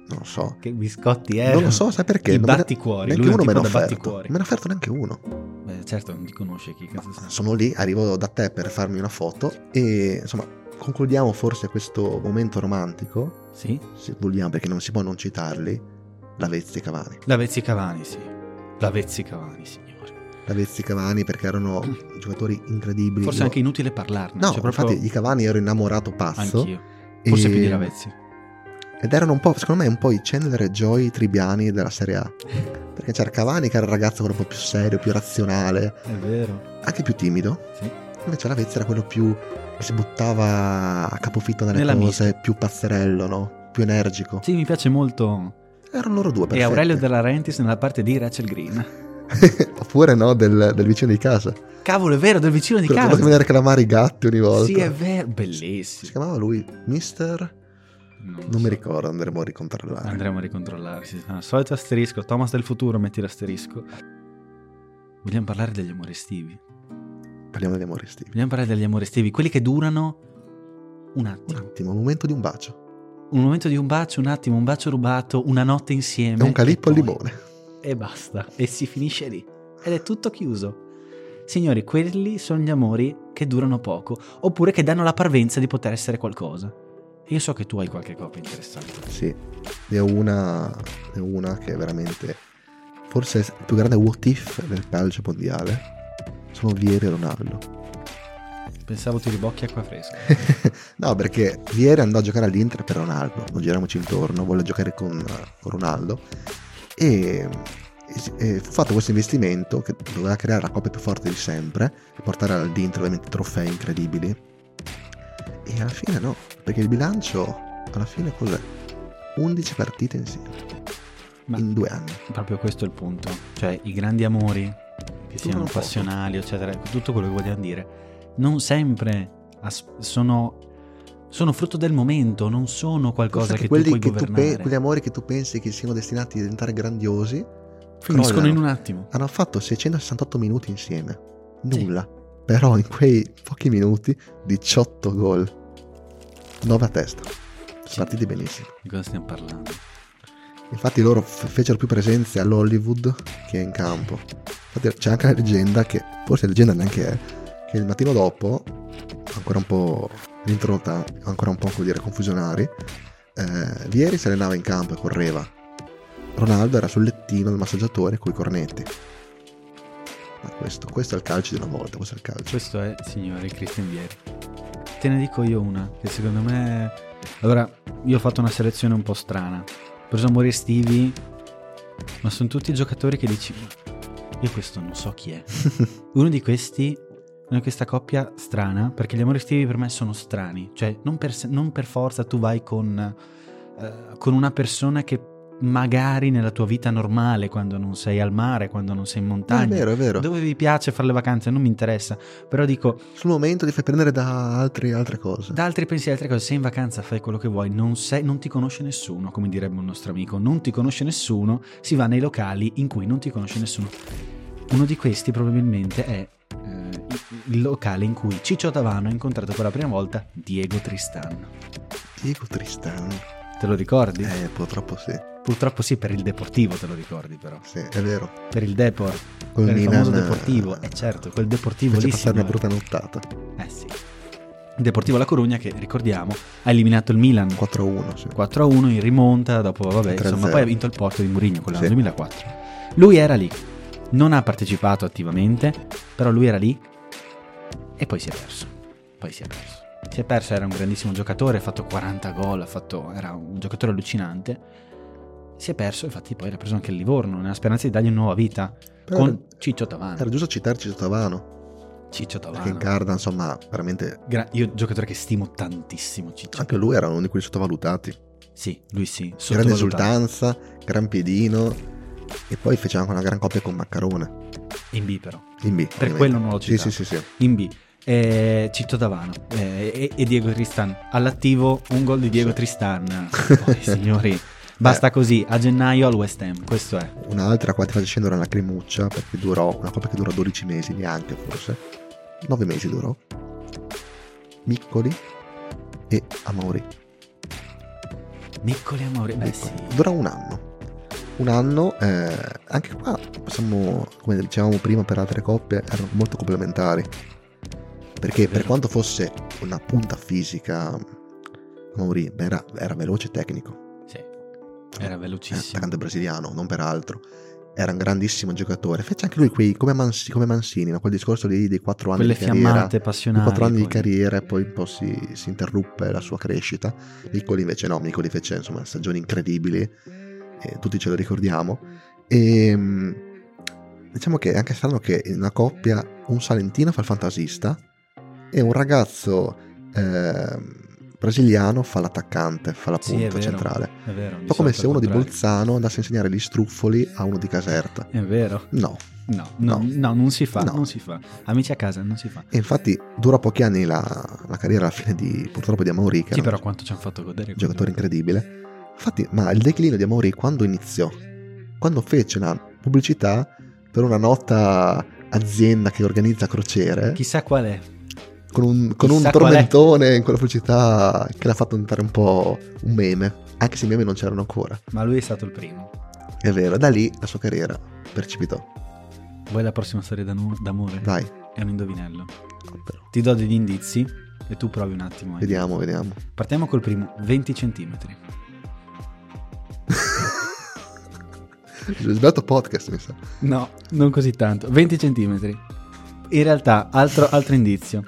non so. Che biscotti erano? Non lo so, sai perché? I Non me ne- batticuori. Neanche Lui è un uno me tipo ne ha da offerto. batticuori. Me ne ha offerto neanche uno. Beh, certo, non ti conosce chi cazzo sei. Sono lì, arrivo da te per farmi una foto e insomma concludiamo forse questo momento romantico, Sì? se vogliamo, perché non si può non citarli, Lavezzi e Cavani. Lavezzi Cavani, sì. Lavezzi Cavani, signori. Lavezzi e Cavani perché erano giocatori incredibili. Forse Io- è anche inutile parlarne. No, cioè proprio... infatti di Cavani ero innamorato pazzo. Anch'io. Forse e- più di Lavezzi. Ed erano un po', secondo me, un po' i Chandler e Joy Tribiani della Serie A. Perché c'era Cavani che era il ragazzo quello un po' più serio, più razionale, È vero. anche più timido. Sì. Invece Lavezzi era quello più che si buttava a capofitto nelle Nella cose, più pazzerello, no? Più energico. Sì, mi piace molto. Erano loro due, E perfetti. Aurelio De Laurentiis nella parte di Rachel Green. Oppure no, del, del vicino di casa. Cavolo, è vero, del vicino di Quello che casa. poteva vedere reclamare i gatti ogni volta. Sì, è vero, Si bellissimo. chiamava lui Mister... Non, lo Non so. mi ricordo, andremo a ricontrollare. Andremo a ricontrollare. Sì. Ah, solito asterisco. Thomas del futuro, metti l'asterisco. Vogliamo parlare degli amori estivi. Parliamo degli amori estivi. Vogliamo parlare degli amori estivi, quelli che durano un Un attimo. attimo, un momento di un bacio. Un momento di un bacio, un attimo, un bacio rubato, una notte insieme. È un calippo e al poi- limone. E basta. E si finisce lì. Ed è tutto chiuso. Signori, quelli sono gli amori che durano poco, oppure che danno la parvenza di poter essere qualcosa. Io so che tu hai qualche coppia interessante. Sì, ne ho una, ne ho una che è veramente... Forse è il più grande what if del calcio mondiale. Sono Vieri e Ronaldo. Pensavo ti ribocchi acqua fresca. No, perché Vieri andò a giocare all'Inter per Ronaldo. Non giriamoci intorno, volle giocare con, con Ronaldo. E, e, e fu fatto questo investimento che doveva creare la coppia più forte di sempre e portare all'Inter ovviamente trofei incredibili. E alla fine no, perché il bilancio alla fine cos'è? undici partite insieme Ma in due anni. proprio questo è il punto. Cioè, i grandi amori, che siano Durano poco. passionali, eccetera, tutto quello che vogliamo dire, non sempre as- sono, sono frutto del momento, non sono qualcosa Forse che quelli tu puoi che tu pe- governare. quegli amori che tu pensi che siano destinati a diventare grandiosi Finiscono crollano. in un attimo. Hanno fatto seicentosessantotto minuti insieme, nulla. Però in quei pochi minuti diciotto gol, nove a testa. Sì. Partiti benissimo. Di cosa stiamo parlando? Infatti loro f- fecero più presenze all'Hollywood che in campo. Infatti c'è anche la leggenda che, forse leggenda neanche è, che il mattino dopo, ancora un po' l'introdotta, ancora un po' come dire confusionari, eh, Vieri si allenava in campo e correva. Ronaldo era sul lettino del massaggiatore coi cornetti. Ma questo, questo è il calcio di una volta, questo è il calcio. Questo è, signori, Christian Vieri. Te ne dico io una, che secondo me... Allora, io ho fatto una selezione un po' strana. Ho preso amori estivi, ma sono tutti giocatori che dici... Io questo non so chi è. Uno di questi, una di questa coppia strana, perché gli amori estivi per me sono strani. Cioè, non per, non per forza tu vai con, eh, con una persona che magari nella tua vita normale, quando non sei al mare, quando non sei in No, montagna, è vero, è vero. dove vi piace fare le vacanze, non mi interessa. Però dico, Sul momento ti fai prendere da altri, altre cose. da altri pensieri, altre cose, sei in vacanza, fai quello che vuoi, non, sei, non ti conosce nessuno, come direbbe un nostro amico, non ti conosce nessuno, si va nei locali in cui non ti conosce nessuno. Uno di questi probabilmente è eh, il locale in cui Ciccio Tavano ha incontrato per la prima volta Diego Tristan. Diego Tristan. Te lo ricordi? Eh, purtroppo sì. Purtroppo sì, per il Deportivo te lo ricordi però. Sì, è vero. Per il Depor, Col per il Milan, famoso Deportivo. eh, Eh certo, quel Deportivo Fece lì, passare una signore. brutta nottata. Eh sì. Il Deportivo La Corugna che, ricordiamo, ha eliminato il Milan quattro a uno, sì. quattro a uno in rimonta, dopo vabbè, tre a insomma, zero. poi ha vinto il Porto di Mourinho quell'anno Sì. duemilaquattro. Lui era lì, non ha partecipato attivamente, però lui era lì e poi si è perso. Poi si è perso. Si è perso, era un grandissimo giocatore, ha fatto quaranta gol, ha fatto, era un giocatore allucinante. Si è perso, infatti poi era preso anche il Livorno, nella speranza di dargli una nuova vita, Però con era- Ciccio Tavano. Era giusto citarci Tavano, Ciccio perché Tavano. Incarda, insomma, veramente... Gra- io giocatore che stimo tantissimo, Ciccio. Anche lui era uno di quelli sottovalutati. Sì, lui sì. Grande sottovalutato. esultanza, gran piedino, e poi fece anche una gran coppia con Maccarone. In B però. In B, Per ovviamente. quello non l'ho Sì, citato. sì, sì, sì. In B, eh, Ciccio Tavano eh, e, e Diego Tristan. All'attivo un gol di Diego Sì. Tristan. Poi, signori, basta così. A gennaio al West Ham. Questo è. Un'altra qua ti fa scendere una lacrimuccia, perché durò, una coppia che durò dodici mesi, neanche forse. nove mesi durò. Miccoli e Amaury. Niccoli e Mauri, beh sì. Dura un anno. Un anno, eh, anche qua possiamo, come dicevamo prima per altre coppie, erano molto complementari. Perché per quanto fosse una punta fisica, Mauri era, era veloce e tecnico. Sì, era velocissimo. Attaccante brasiliano, non per altro. Era un grandissimo giocatore. Fece anche lui quei come, Mans- come Mancini, no? Quel discorso lì dei quattro anni Quelle di carriera. fiammate passionali. Quattro anni poi. di carriera e poi un po' si, si interruppe la sua crescita. Nicoli invece no, Nicoli fece insomma stagioni incredibili, e tutti ce lo ricordiamo. E diciamo che è anche strano che in una coppia un salentino fa il fantasista e un ragazzo eh, brasiliano fa l'attaccante, fa la punta Sì, è vero, centrale. È vero, Un po' come se uno di Bolzano Bolzano andasse a insegnare gli struffoli a uno di Caserta. È vero. No. No, no, No. no, non si fa, No. non si fa. Amici a casa, non si fa. E infatti dura pochi anni la, la carriera alla fine di purtroppo di Amaury, che Sì, era però un quanto ci hanno fatto godere. giocatore incredibile. Infatti, ma il declino di Amaury quando iniziò? Quando fece una pubblicità per una nota azienda che organizza crociere, Chissà qual è. con un, con un chissà qual è. tormentone in quella pubblicità che l'ha fatto diventare un po' un meme, anche se i meme non c'erano ancora. Ma lui è stato il primo. È vero, da lì la sua carriera precipitò. Vuoi la prossima storia d'anu- d'amore? Vai, È un indovinello. però. Ti do degli indizi e tu provi un attimo. a- Vediamo, vediamo. Partiamo col primo, venti centimetri. Ho sbagliato podcast, mi sa. No, non così tanto. venti centimetri. In realtà, altro, altro indizio.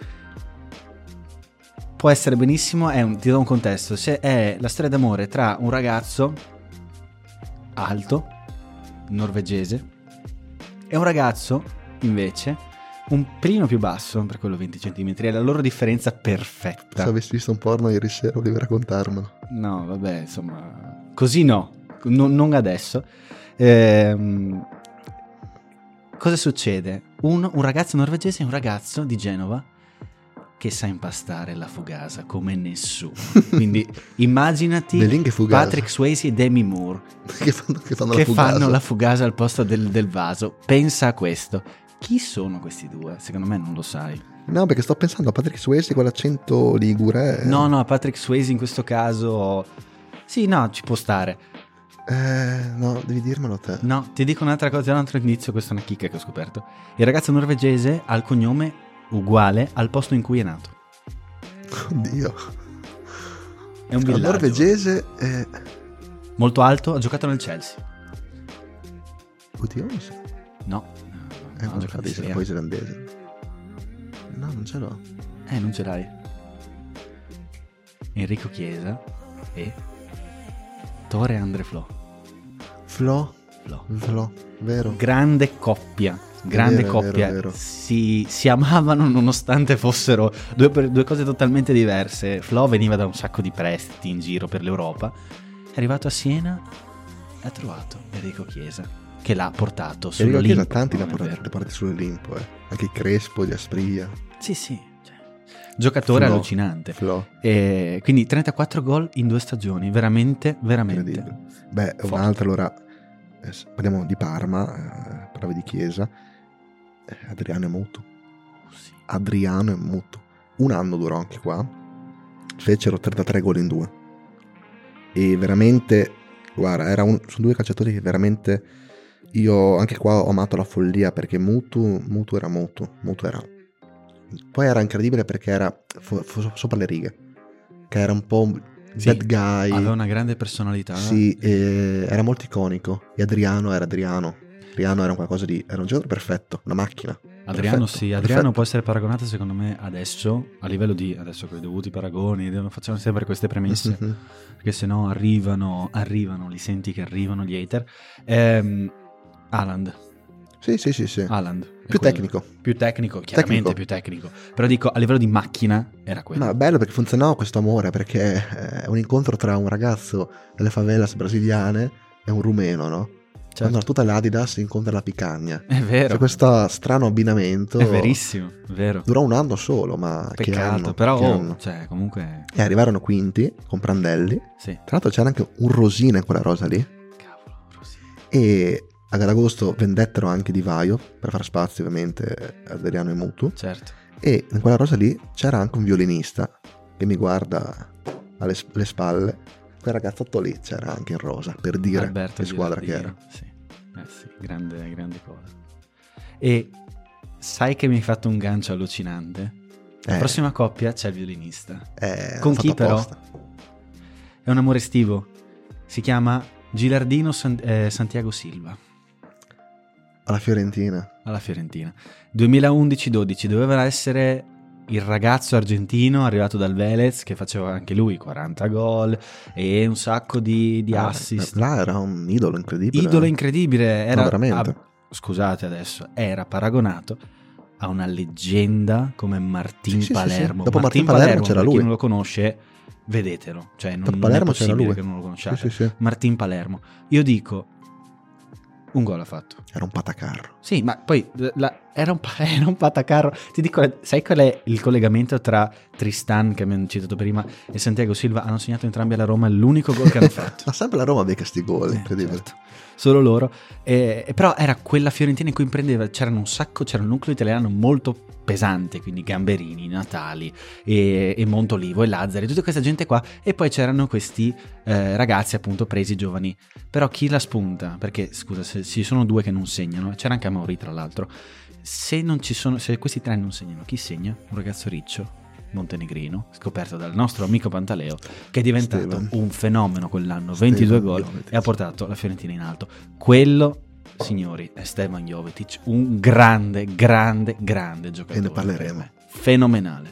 Può essere benissimo, è un, ti do un contesto. Se è la storia d'amore tra un ragazzo alto, norvegese, e un ragazzo, invece, un pelino più basso, per quello venti centimetri. È la loro differenza perfetta. Se avessi visto un porno ieri sera, volevi raccontarmelo. No, vabbè, insomma, così no, No- non adesso. Ehm, cosa succede? Un, un ragazzo norvegese e un ragazzo di Genova che sa impastare la fugasa come nessuno. Quindi immaginati Le lingue fugase. Patrick Swayze e Demi Moore che fanno, che fanno che la fugasa. fanno la fugasa al posto del, del vaso. Pensa a questo. Chi sono questi due? Secondo me non lo sai. No, perché sto pensando a Patrick Swayze con l'accento ligure. No, no, Patrick Swayze in questo caso... Sì, no, ci può stare. Eh, no, devi dirmelo te. No, ti dico un'altra cosa, un altro indizio, questa è una chicca che ho scoperto. Il ragazzo norvegese ha il cognome uguale al posto in cui è nato. Oddio. È un Il villaggio. norvegese è... Molto alto, ha giocato nel Chelsea. Oddio, non so. No, Eh, no, ha non giocato in so, Serie A. poi islandese. No, non ce l'ho. Eh, non ce l'hai. Enrico Chiesa e Tore Andre Flo. Flo? Flo. Flo, vero. Grande coppia. Grande vero, è coppia. vero, è vero. Si, si amavano nonostante fossero due, per- due cose totalmente diverse. Flo veniva da un sacco di prestiti in giro per l'Europa. È arrivato a Siena e ha trovato Enrico Chiesa, che l'ha portato E ricordo che sull'Olimpo. tanti la non è vero. portati, portati sull'Olimpo, eh. Anche il Crespo di Aspria. Sì, sì. Cioè, giocatore Flo. allucinante. Flo. E quindi trentaquattro gol in due stagioni. Veramente, veramente. Incredibile. Beh, Forte. un'altra allora, eh, parliamo di Parma, eh, parlavi di Chiesa, eh, Adriano e Mutu. Oh, sì. Adriano e Mutu. Un anno durò anche qua, fecero trentatré gol in due. E veramente, guarda, era un, sono due calciatori che veramente, io anche qua ho amato la follia, perché Mutu, Mutu era Mutu, Mutu era... Poi era incredibile perché era fo- fo- sopra le righe, che era un po' un Sì, bad guy. Aveva una grande personalità. Sì, e era molto iconico. E Adriano era Adriano. Adriano era qualcosa di... era un giocatore perfetto, una macchina. Adriano, Perfetto, sì, Adriano perfetto. può essere paragonato secondo me adesso, a livello di, adesso con i dovuti paragoni, non facciamo sempre queste premesse, Mhm. perché sennò arrivano, arrivano, li senti che arrivano gli hater. Ehm, Haaland, Sì, sì, sì, sì. Haaland. è Più quello. tecnico. Più tecnico, chiaramente Tecnico. più tecnico. Però dico, a livello di macchina era quello. Ma bello perché funzionava questo amore, perché è un incontro tra un ragazzo delle favelas brasiliane e un rumeno, no? Certo. Quando tutta l'Adidas incontra la Picagna. È vero, C'è questo strano abbinamento. è verissimo, è vero. Durò un anno solo, ma che Peccato, anno, però che oh, anno. cioè, comunque, E arrivarono quinti con Prandelli. sì. Tra l'altro c'era anche un Rosina in quella rosa lì. Cavolo, Rossi. E ad agosto vendettero anche Di Vaio per far spazio ovviamente a Adriano e Mutu. Certo. E in quella rosa lì c'era anche un violinista che mi guarda alle, alle spalle. quel ragazzotto lì c'era anche in rosa, per dire Alberto che squadra Gilardino, che era. sì, eh sì, grande, grande cosa. E sai che mi hai fatto un gancio allucinante? La Eh. prossima coppia c'è il violinista. Eh, Con l'ha chi fatto però? apposta. È un amore estivo. Si chiama Gilardino San- eh, Santiago Silva. Alla Fiorentina. Alla Fiorentina. duemilaundici dodici doveva essere il ragazzo argentino arrivato dal Vélez che faceva anche lui quaranta gol e un sacco di, di Ah, assist. là era un idolo incredibile. Idolo incredibile. Era, No, veramente. ah, scusate adesso, era paragonato a una leggenda come Martin Sì, sì, sì, Palermo. sì. Dopo Martin Martin Palermo c'era per lui. chi non lo conosce, vedetelo. Cioè, non, Dopo non è Palermo c'era possibile lui. che non lo conosciate. Sì, sì, sì. Martin Palermo. Io dico, un gol ha fatto. Era un patacarro. Sì, ma poi la- era, un, pa- era un patacarro. Ti dico, sai qual è il collegamento tra Tristan, che abbiamo citato prima, e Santiago Silva? Hanno segnato entrambi alla Roma l'unico gol che hanno fatto. Ma sempre la Roma becca sti gol, Eh, incredibile. certo. Solo loro. E, e però era quella Fiorentina in cui imprendeva, c'erano un sacco, c'era un nucleo italiano molto pesante, quindi Gamberini, Natali e, e Montolivo e Lazzari, tutta questa gente qua, e poi c'erano questi eh, ragazzi appunto presi giovani. Però chi la spunta? Perché scusa, se ci sono due che non segnano, c'era anche Amaury tra l'altro, se non ci sono, se questi tre non segnano, chi segna? Un ragazzo riccio, montenegrino, scoperto dal nostro amico Pantaleo, che è diventato Stevan. un fenomeno quell'anno, ventidue Stevan gol Jovetic. e ha portato la Fiorentina in alto. Quello, signori, è Stevan Jovetic, un grande, grande, grande giocatore. E ne parleremo. per me. Fenomenale.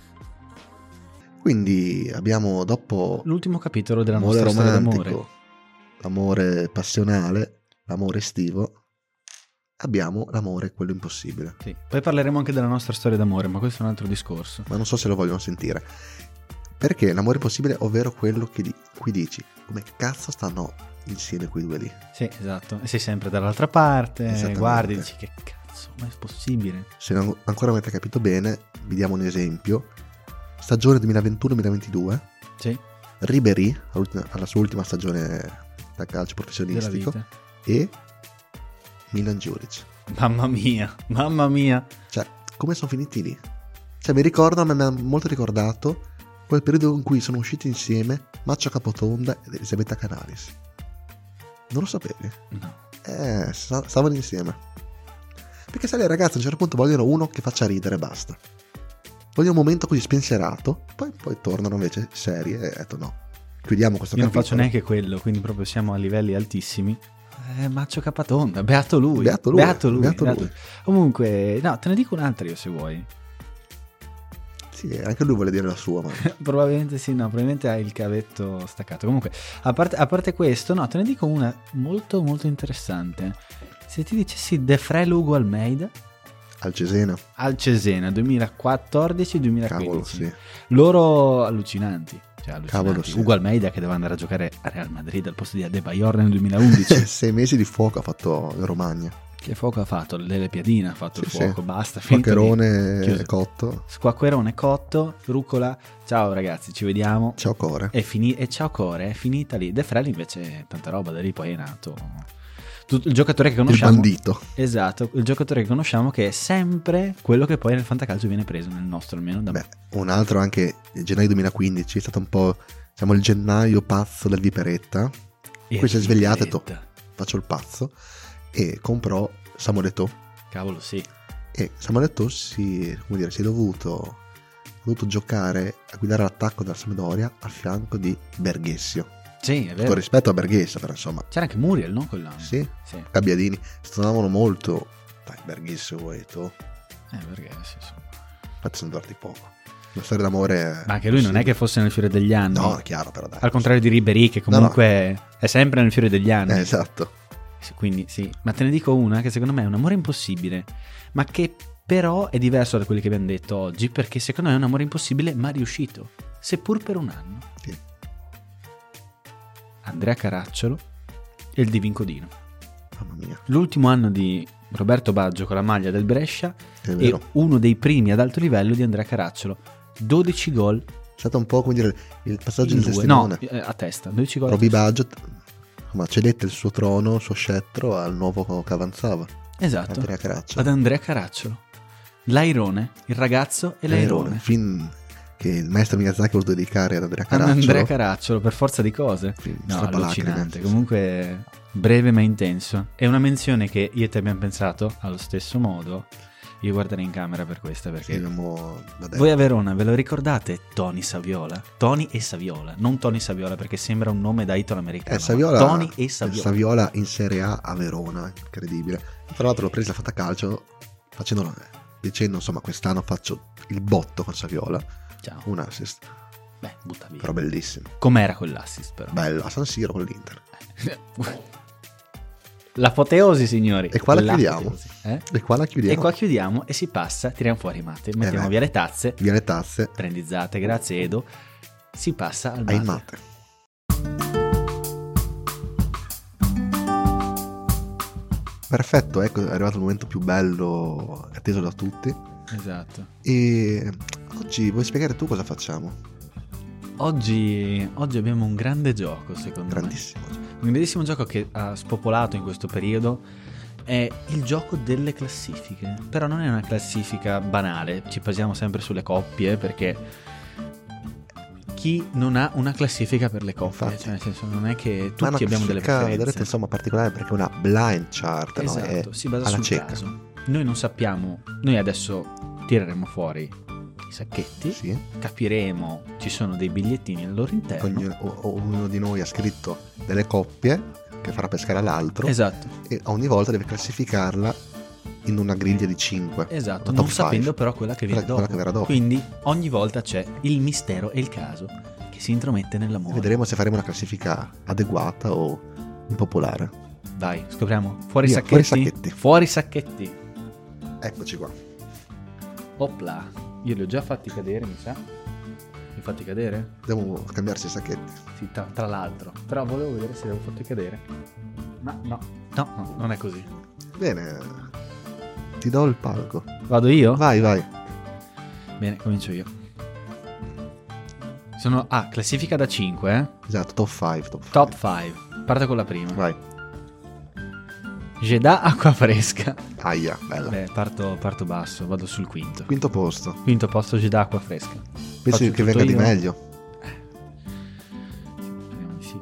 Quindi abbiamo dopo L'ultimo capitolo della l'amore nostra storia romantico, d'amore. l'amore passionale, l'amore estivo, abbiamo l'amore quello impossibile. Sì. Poi parleremo anche della nostra storia d'amore, ma questo è un altro discorso. Ma non so se lo vogliono sentire. Perché l'amore impossibile, ovvero quello che di- cui dici come cazzo stanno insieme quei due lì. Sì, esatto. E sei sempre dall'altra parte, Esattamente. guardi e dici che cazzo, ma è possibile? Se non ancora avete capito bene, vi diamo un esempio. Stagione duemilaventuno duemilaventidue, Sì, Ribéry, all'ultima- alla sua ultima stagione da calcio della professionistico, vita. e Milan Juric. Mamma mia, mamma mia. Cioè, come sono finiti lì? Cioè, mi ricordo, mi ha molto ricordato quel periodo in cui sono usciti insieme Maccio Capotonda ed Elisabetta Canalis. Non lo sapevi? No. Eh, sta- stavano insieme. Perché sai, le ragazze a un certo punto vogliono uno che faccia ridere e basta. Vogliono un momento così spensierato, poi, poi tornano invece serie e ho detto no. Chiudiamo questo Io non capitolo. faccio neanche quello, quindi proprio siamo a livelli altissimi. Eh, Maccio Capatonda, beato lui. Beato lui, Beato lui, beato beato lui. lui. Comunque, no, te ne dico un'altra io se vuoi. Sì, anche lui vuole dire la sua, ma Probabilmente sì, no, probabilmente hai il cavetto staccato. Comunque, a parte, a parte questo, no, te ne dico una molto molto interessante. Se ti dicessi De Frel Ugo Almeida al Cesena. al Cesena duemilaquattordici duemilaquindici. Cavolo, sì. Loro allucinanti. Cioè, allucinanti. Cavolo, sì. Ugo Almeida che deve andare a giocare a Real Madrid al posto di Adebayor nel duemilaundici. Sei mesi di fuoco ha fatto in Romagna. Che fuoco ha fatto? Delle piadine ha fatto Sì, il fuoco, sì. basta. finito lì. Squaccherone Chiuso. cotto. Squacquerone cotto, rucola. Ciao ragazzi, ci vediamo. Ciao Core. È fini- e ciao Core, è finita lì. De Frel invece tanta roba, da lì poi è nato. Tutto, il giocatore che Il conosciamo. bandito. Esatto, il giocatore che conosciamo che è sempre quello che poi nel fantacalcio viene preso, nel nostro almeno da me. Beh, un altro anche gennaio duemilaquindici è stato un po', diciamo, il gennaio pazzo del Viperetta. E Poi si è svegliato e Ripetta. to, faccio il pazzo. E comprò Samuel Eto'o. Cavolo, sì. E Samuel Eto'o si, come dire, si è dovuto, ha dovuto giocare a guidare l'attacco della Sampdoria al fianco di Berghessio. Sì, è Tutto vero. rispetto a Berghessio, però insomma, C'era anche Muriel, no? Quell'anno. sì, Sì. Gabbiadini stonavano molto. Dai, Berghessio e Eto'o, Eh, perché sì, insomma. infatti sono durati poco. La storia d'amore. Ma anche lui non è che fosse nel fiore degli anni. No, è chiaro, però dai. Al contrario di Ribéry, che comunque è sempre nel fiore degli anni. Eh, esatto. Sì, quindi sì, ma te ne dico una che secondo me è un amore impossibile, ma che però è diverso da quelli che abbiamo detto oggi, perché secondo me è un amore impossibile ma riuscito, seppur per un anno. Sì. Andrea Caracciolo e il Divin Codino. Mamma mia, L'ultimo anno di Roberto Baggio con la maglia del Brescia è e vero. uno dei primi ad alto livello di Andrea Caracciolo. dodici gol È stato un po', come dire, il passaggio in del due, no, testimone. eh, a testa, dodici gol a Roby testa. Baggio, ma cedette il suo trono, il suo scettro al nuovo che avanzava, Esatto, Andrea Caracciolo. ad Andrea Caracciolo. L'airone, il ragazzo e l'airone. Fin che il maestro Miyazaki ha voluto dedicare ad Andrea Ad Caracciolo. Andrea Caracciolo, per forza di cose. Sì, No, strappalacrime, allucinante. sì, Comunque breve ma intenso. È una menzione che io e te abbiamo pensato allo stesso modo. Io guarderei in camera per questa, sì. perché Sì, abbiamo- vabbè. voi a Verona ve lo ricordate Tony Saviola? Tony e Saviola, non Tony Saviola perché sembra un nome da italo-americano. Eh, Saviola, Tony e Saviola. Saviola in Serie A a Verona, incredibile. Tra l'altro l'ho presa fatta calcio, facendo, dicendo insomma quest'anno faccio il botto con Saviola, Ciao. un assist, Beh, butta via. però bellissimo. Com'era quell'assist però? Bello, a San Siro con l'Inter. L'apoteosi, signori. E qua la L'apoteosi. chiudiamo. Eh? E qua la chiudiamo. E qua chiudiamo e si passa, tiriamo fuori i mate, mettiamo beh. via le tazze, Via le tazze trendizzate, grazie Edo, si passa al ai mate. mate. Perfetto, ecco, è arrivato il momento più bello atteso da tutti. Esatto. E oggi vuoi spiegare tu cosa facciamo? Oggi, oggi abbiamo un grande gioco, secondo Grandissimo. me. Un bellissimo gioco che ha spopolato in questo periodo è il gioco delle classifiche. Però non è una classifica banale, ci basiamo sempre sulle coppie perché chi non ha una classifica per le coppie, Infatti. cioè nel senso non è che Ma tutti una abbiamo delle classifica, preferenze. vedrete, insomma, particolare perché è una blind chart, no? Esatto, È si basa alla sul cieca. caso. Noi non sappiamo, noi adesso tireremo fuori i sacchetti, Sì. capiremo, ci sono dei bigliettini al loro interno. Ognuno, o- ognuno di noi ha scritto delle coppie che farà pescare all'altro Esatto, e ogni volta deve classificarla in una griglia di cinque. esatto, Una non top sapendo five. però quella che viene Quella- dopo. quella che verrà dopo. Quindi ogni volta c'è il mistero e il caso che si intromette nell'amore. Vedremo se faremo una classifica adeguata o impopolare. Vai, scopriamo. Fuori i Via, sacchetti. fuori i sacchetti. Fuori i sacchetti. Eccoci qua. Opla. Io li ho già fatti cadere, mi sa. Li ho fatti cadere? Devo scambiarsi i sacchetti. Sì, tra, tra l'altro. Però volevo vedere se li avevo fatti cadere. Ma no. No, no, non è così. Bene, ti do il palco. Vado io? Vai, vai. Bene, comincio io. Sono... Ah, classifica da cinque, eh? Esatto, top cinque. Top, Top five. cinque. Parto con la prima. Vai. Jeddah acqua fresca. Aia, bella. Beh, parto, parto basso, vado sul quinto. Quinto posto. Quinto posto Jeddah acqua fresca. Penso Faccio che tutto venga di io? meglio. Speriamo di sì.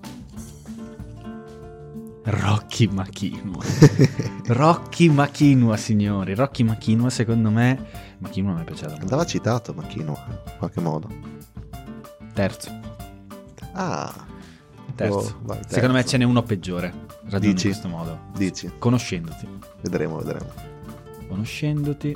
Rocky Makinua. Rocky Makinua, signori. Rocky Makinua, secondo me... Makinua mi è piaciuto molto. Andava citato Macchino, in qualche modo. Terzo. Ah, Terzo. Oh, vai, terzo. Secondo me ce n'è uno peggiore. Ragiono Dici? in questo modo. dici. Conoscendoti. Vedremo, vedremo. Conoscendoti.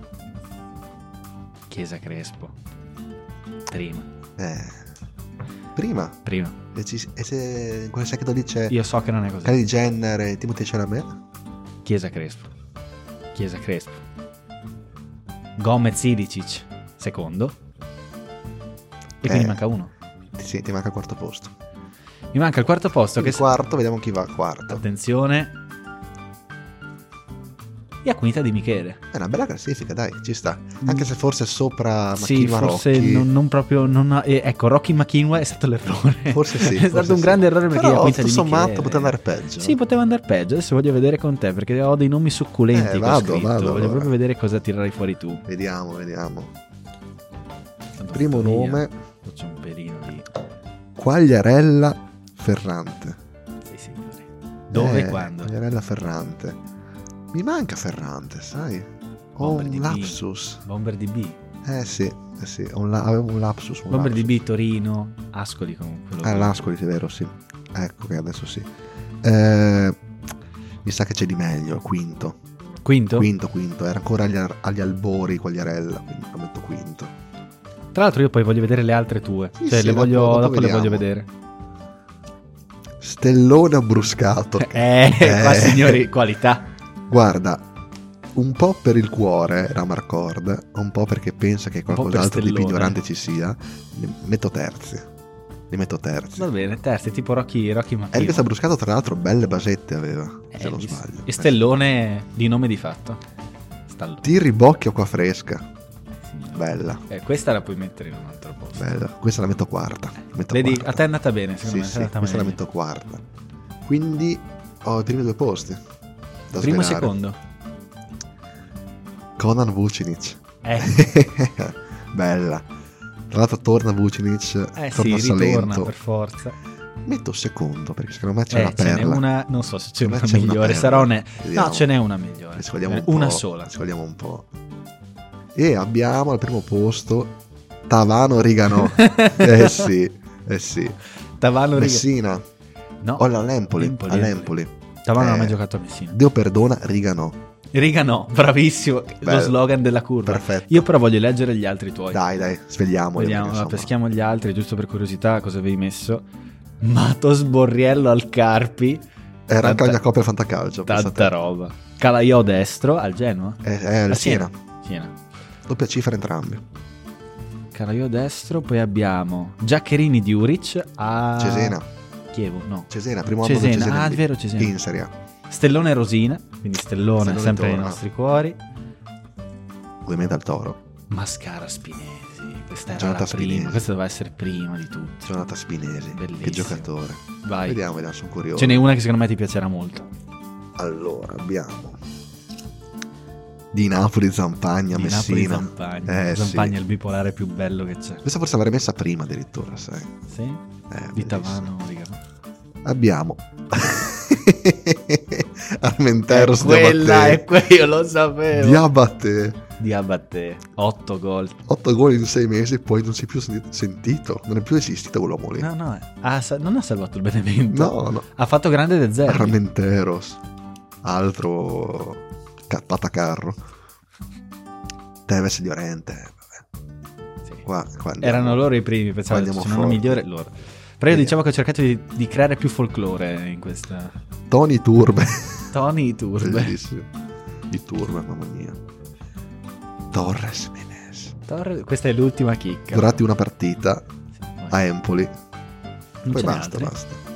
Chiesa Crespo. Prima. Eh, prima. Prima. E, ci- e se in quel sacchetto lì c'è Io so che non è così. Kylie Jenner e Timothée Chalamet? Chiesa Crespo. Chiesa Crespo. Gomez Ilicic. Secondo. E quindi Eh. manca uno. Sì, ti manca il quarto posto. Mi manca il quarto posto. Che Il quarto, vediamo chi va al quarto. Attenzione. Iaquinta di Michele. È una bella classifica, dai, ci sta. Anche se forse sopra Sì, Macchino forse Rocky. non, non proprio. Non ha- eh, ecco, Rocky Makinua è stato l'errore. Forse sì. è forse stato un sì. grande errore perché Però Iaquinta tutto di sommato Michele. poteva andare peggio. Sì, poteva andare peggio. Adesso voglio vedere con te perché ho dei nomi succulenti. Eh, che ho vado, scritto. vado, voglio allora. proprio vedere cosa tirerai fuori tu. Vediamo, vediamo. Tanto Primo tutto via. nome, Faccio un pelino di. Quagliarella Ferrante. Sì, signori. Dove Eh, e quando? Quagliarella Ferrante. Mi manca Ferrante, sai? Ho Bomber un di B. lapsus. Bomber D B. Eh sì, eh sì, ho un la- avevo un lapsus. Un Bomber D lapsus. B Torino. Ascoli comunque. lo Ah, l'Ascoli, è vero, sì. Ecco che adesso sì. Eh, mi sa che c'è di meglio, quinto. Quinto? Quinto, quinto. Era ancora agli, ar- agli albori Quagliarella, quindi lo metto quinto. Tra l'altro io poi voglio vedere le altre tue. Sì, cioè sì, le dopo- voglio, dopo dopo, le vediamo. voglio vedere. Stellone abbruscato. Eh, Eh. qua signori, qualità. Guarda, un po' per il cuore, Ramarcord, un po' perché pensa che po' per qualcos'altro di più Stellone. ignorante ci sia, li metto terzi. Li metto terzi. Va bene, terzi, tipo Rocky, Rocky Makinua. Elvis Abbruscato, tra l'altro, belle basette aveva, se non Elvis. sbaglio. E Stellone di nome di fatto. Stallone. Ti ribocchio qua fresca. Signore. Bella, Eh, questa la puoi mettere in un altro posto. bella. Questa la metto quarta. La metto Vedi, quarta. a te è andata bene, secondo Sì, me. è sì, andata questa la meglio. metto quarta. Quindi ho i primi due posti. Da Primo e svelare. secondo. Conan Vucinic. Eh, Bella. Tra l'altro torna Vucinic, Eh torna sì, ritorna Salento. per forza. Metto secondo perché secondo me c'è Eh, una ce n'è perla. una, non so se c'è Secondo una me c'è una migliore, perla. sarà one... Vediamo. No, ce n'è una migliore. Ci vogliamo un una po', sola. Ci vogliamo un po'. E abbiamo al primo posto Tavano Riganò. eh sì, eh sì. Tavano Riga- Messina. No, O all'Empoli. Empoli, all'Empoli. Tavano non ha mai Eh, giocato a Messina. Dio perdona, Riganò. Riga no, bravissimo. Lo Bello. slogan della curva. Perfetto. Io però voglio leggere gli altri tuoi. Dai, dai, svegliamoli. Vediamo, perché, allora, insomma, peschiamo gli altri, giusto per curiosità, cosa avevi messo? Matos Borriello al Carpi. Era anche Tanta- la mia coppia al fantacalcio. Tanta pensate. roba. Calaiò destro al Genoa. Eh, eh, A il Siena. Siena. Doppia cifra entrambi. Calaiò destro, poi abbiamo Giaccherini Diuric a Cesena. Chievo, no. Cesena, primo anno Cesena, con Cesena ah, in è B. vero, Cesena. In Serie A. Stellone Rosina, quindi Stellone, Stellone sempre nei torna. nostri cuori. Ovviamente al Toro. Mascara Spinesi, questa era Giornata la prima, Spinesi. questa doveva essere prima di tutti. Giornata Spinesi. Bellissimo. Che giocatore. Vai. Vediamo, vediamo, sono curioso. Ce n'è una che secondo me ti piacerà molto. Allora, abbiamo di Napoli Zampagna, Di Messina. Napoli Zampagna. Eh, Zampagna sì. è il bipolare più bello che c'è. Questa forse l'avrei messa prima addirittura, sai. Sì? Eh, Di bellissimo. Tavano, riga. Abbiamo Armenteros È quella, è Diabate. quella, io lo sapevo. Diabate. Diabate, otto gol. otto gol in sei mesi e poi non si è più senti- sentito. Non è più esistito quell'uomo lì. No, no, eh. ha sa- non ha salvato il Benevento. No, no. Ha fatto grande De Zerbi. Armenteros. Altro ca- patacarro. Tevez di Oriente. Vabbè. Sì. Qua, qua andiamo. Erano loro i primi, pensavo Qua che andiamo ce n'erano forti. migliore loro. Però io Vediamo. dicevo che ho cercato di, di creare più folklore in questa. Tony Turbe. Tony Turbe. Bellissimo. I Turbe, mamma mia. Torres Menes. Torre- Questa è l'ultima chicca. Durati una partita Sì, vai. a Empoli. Non Poi ce n'è basta, altre? basta.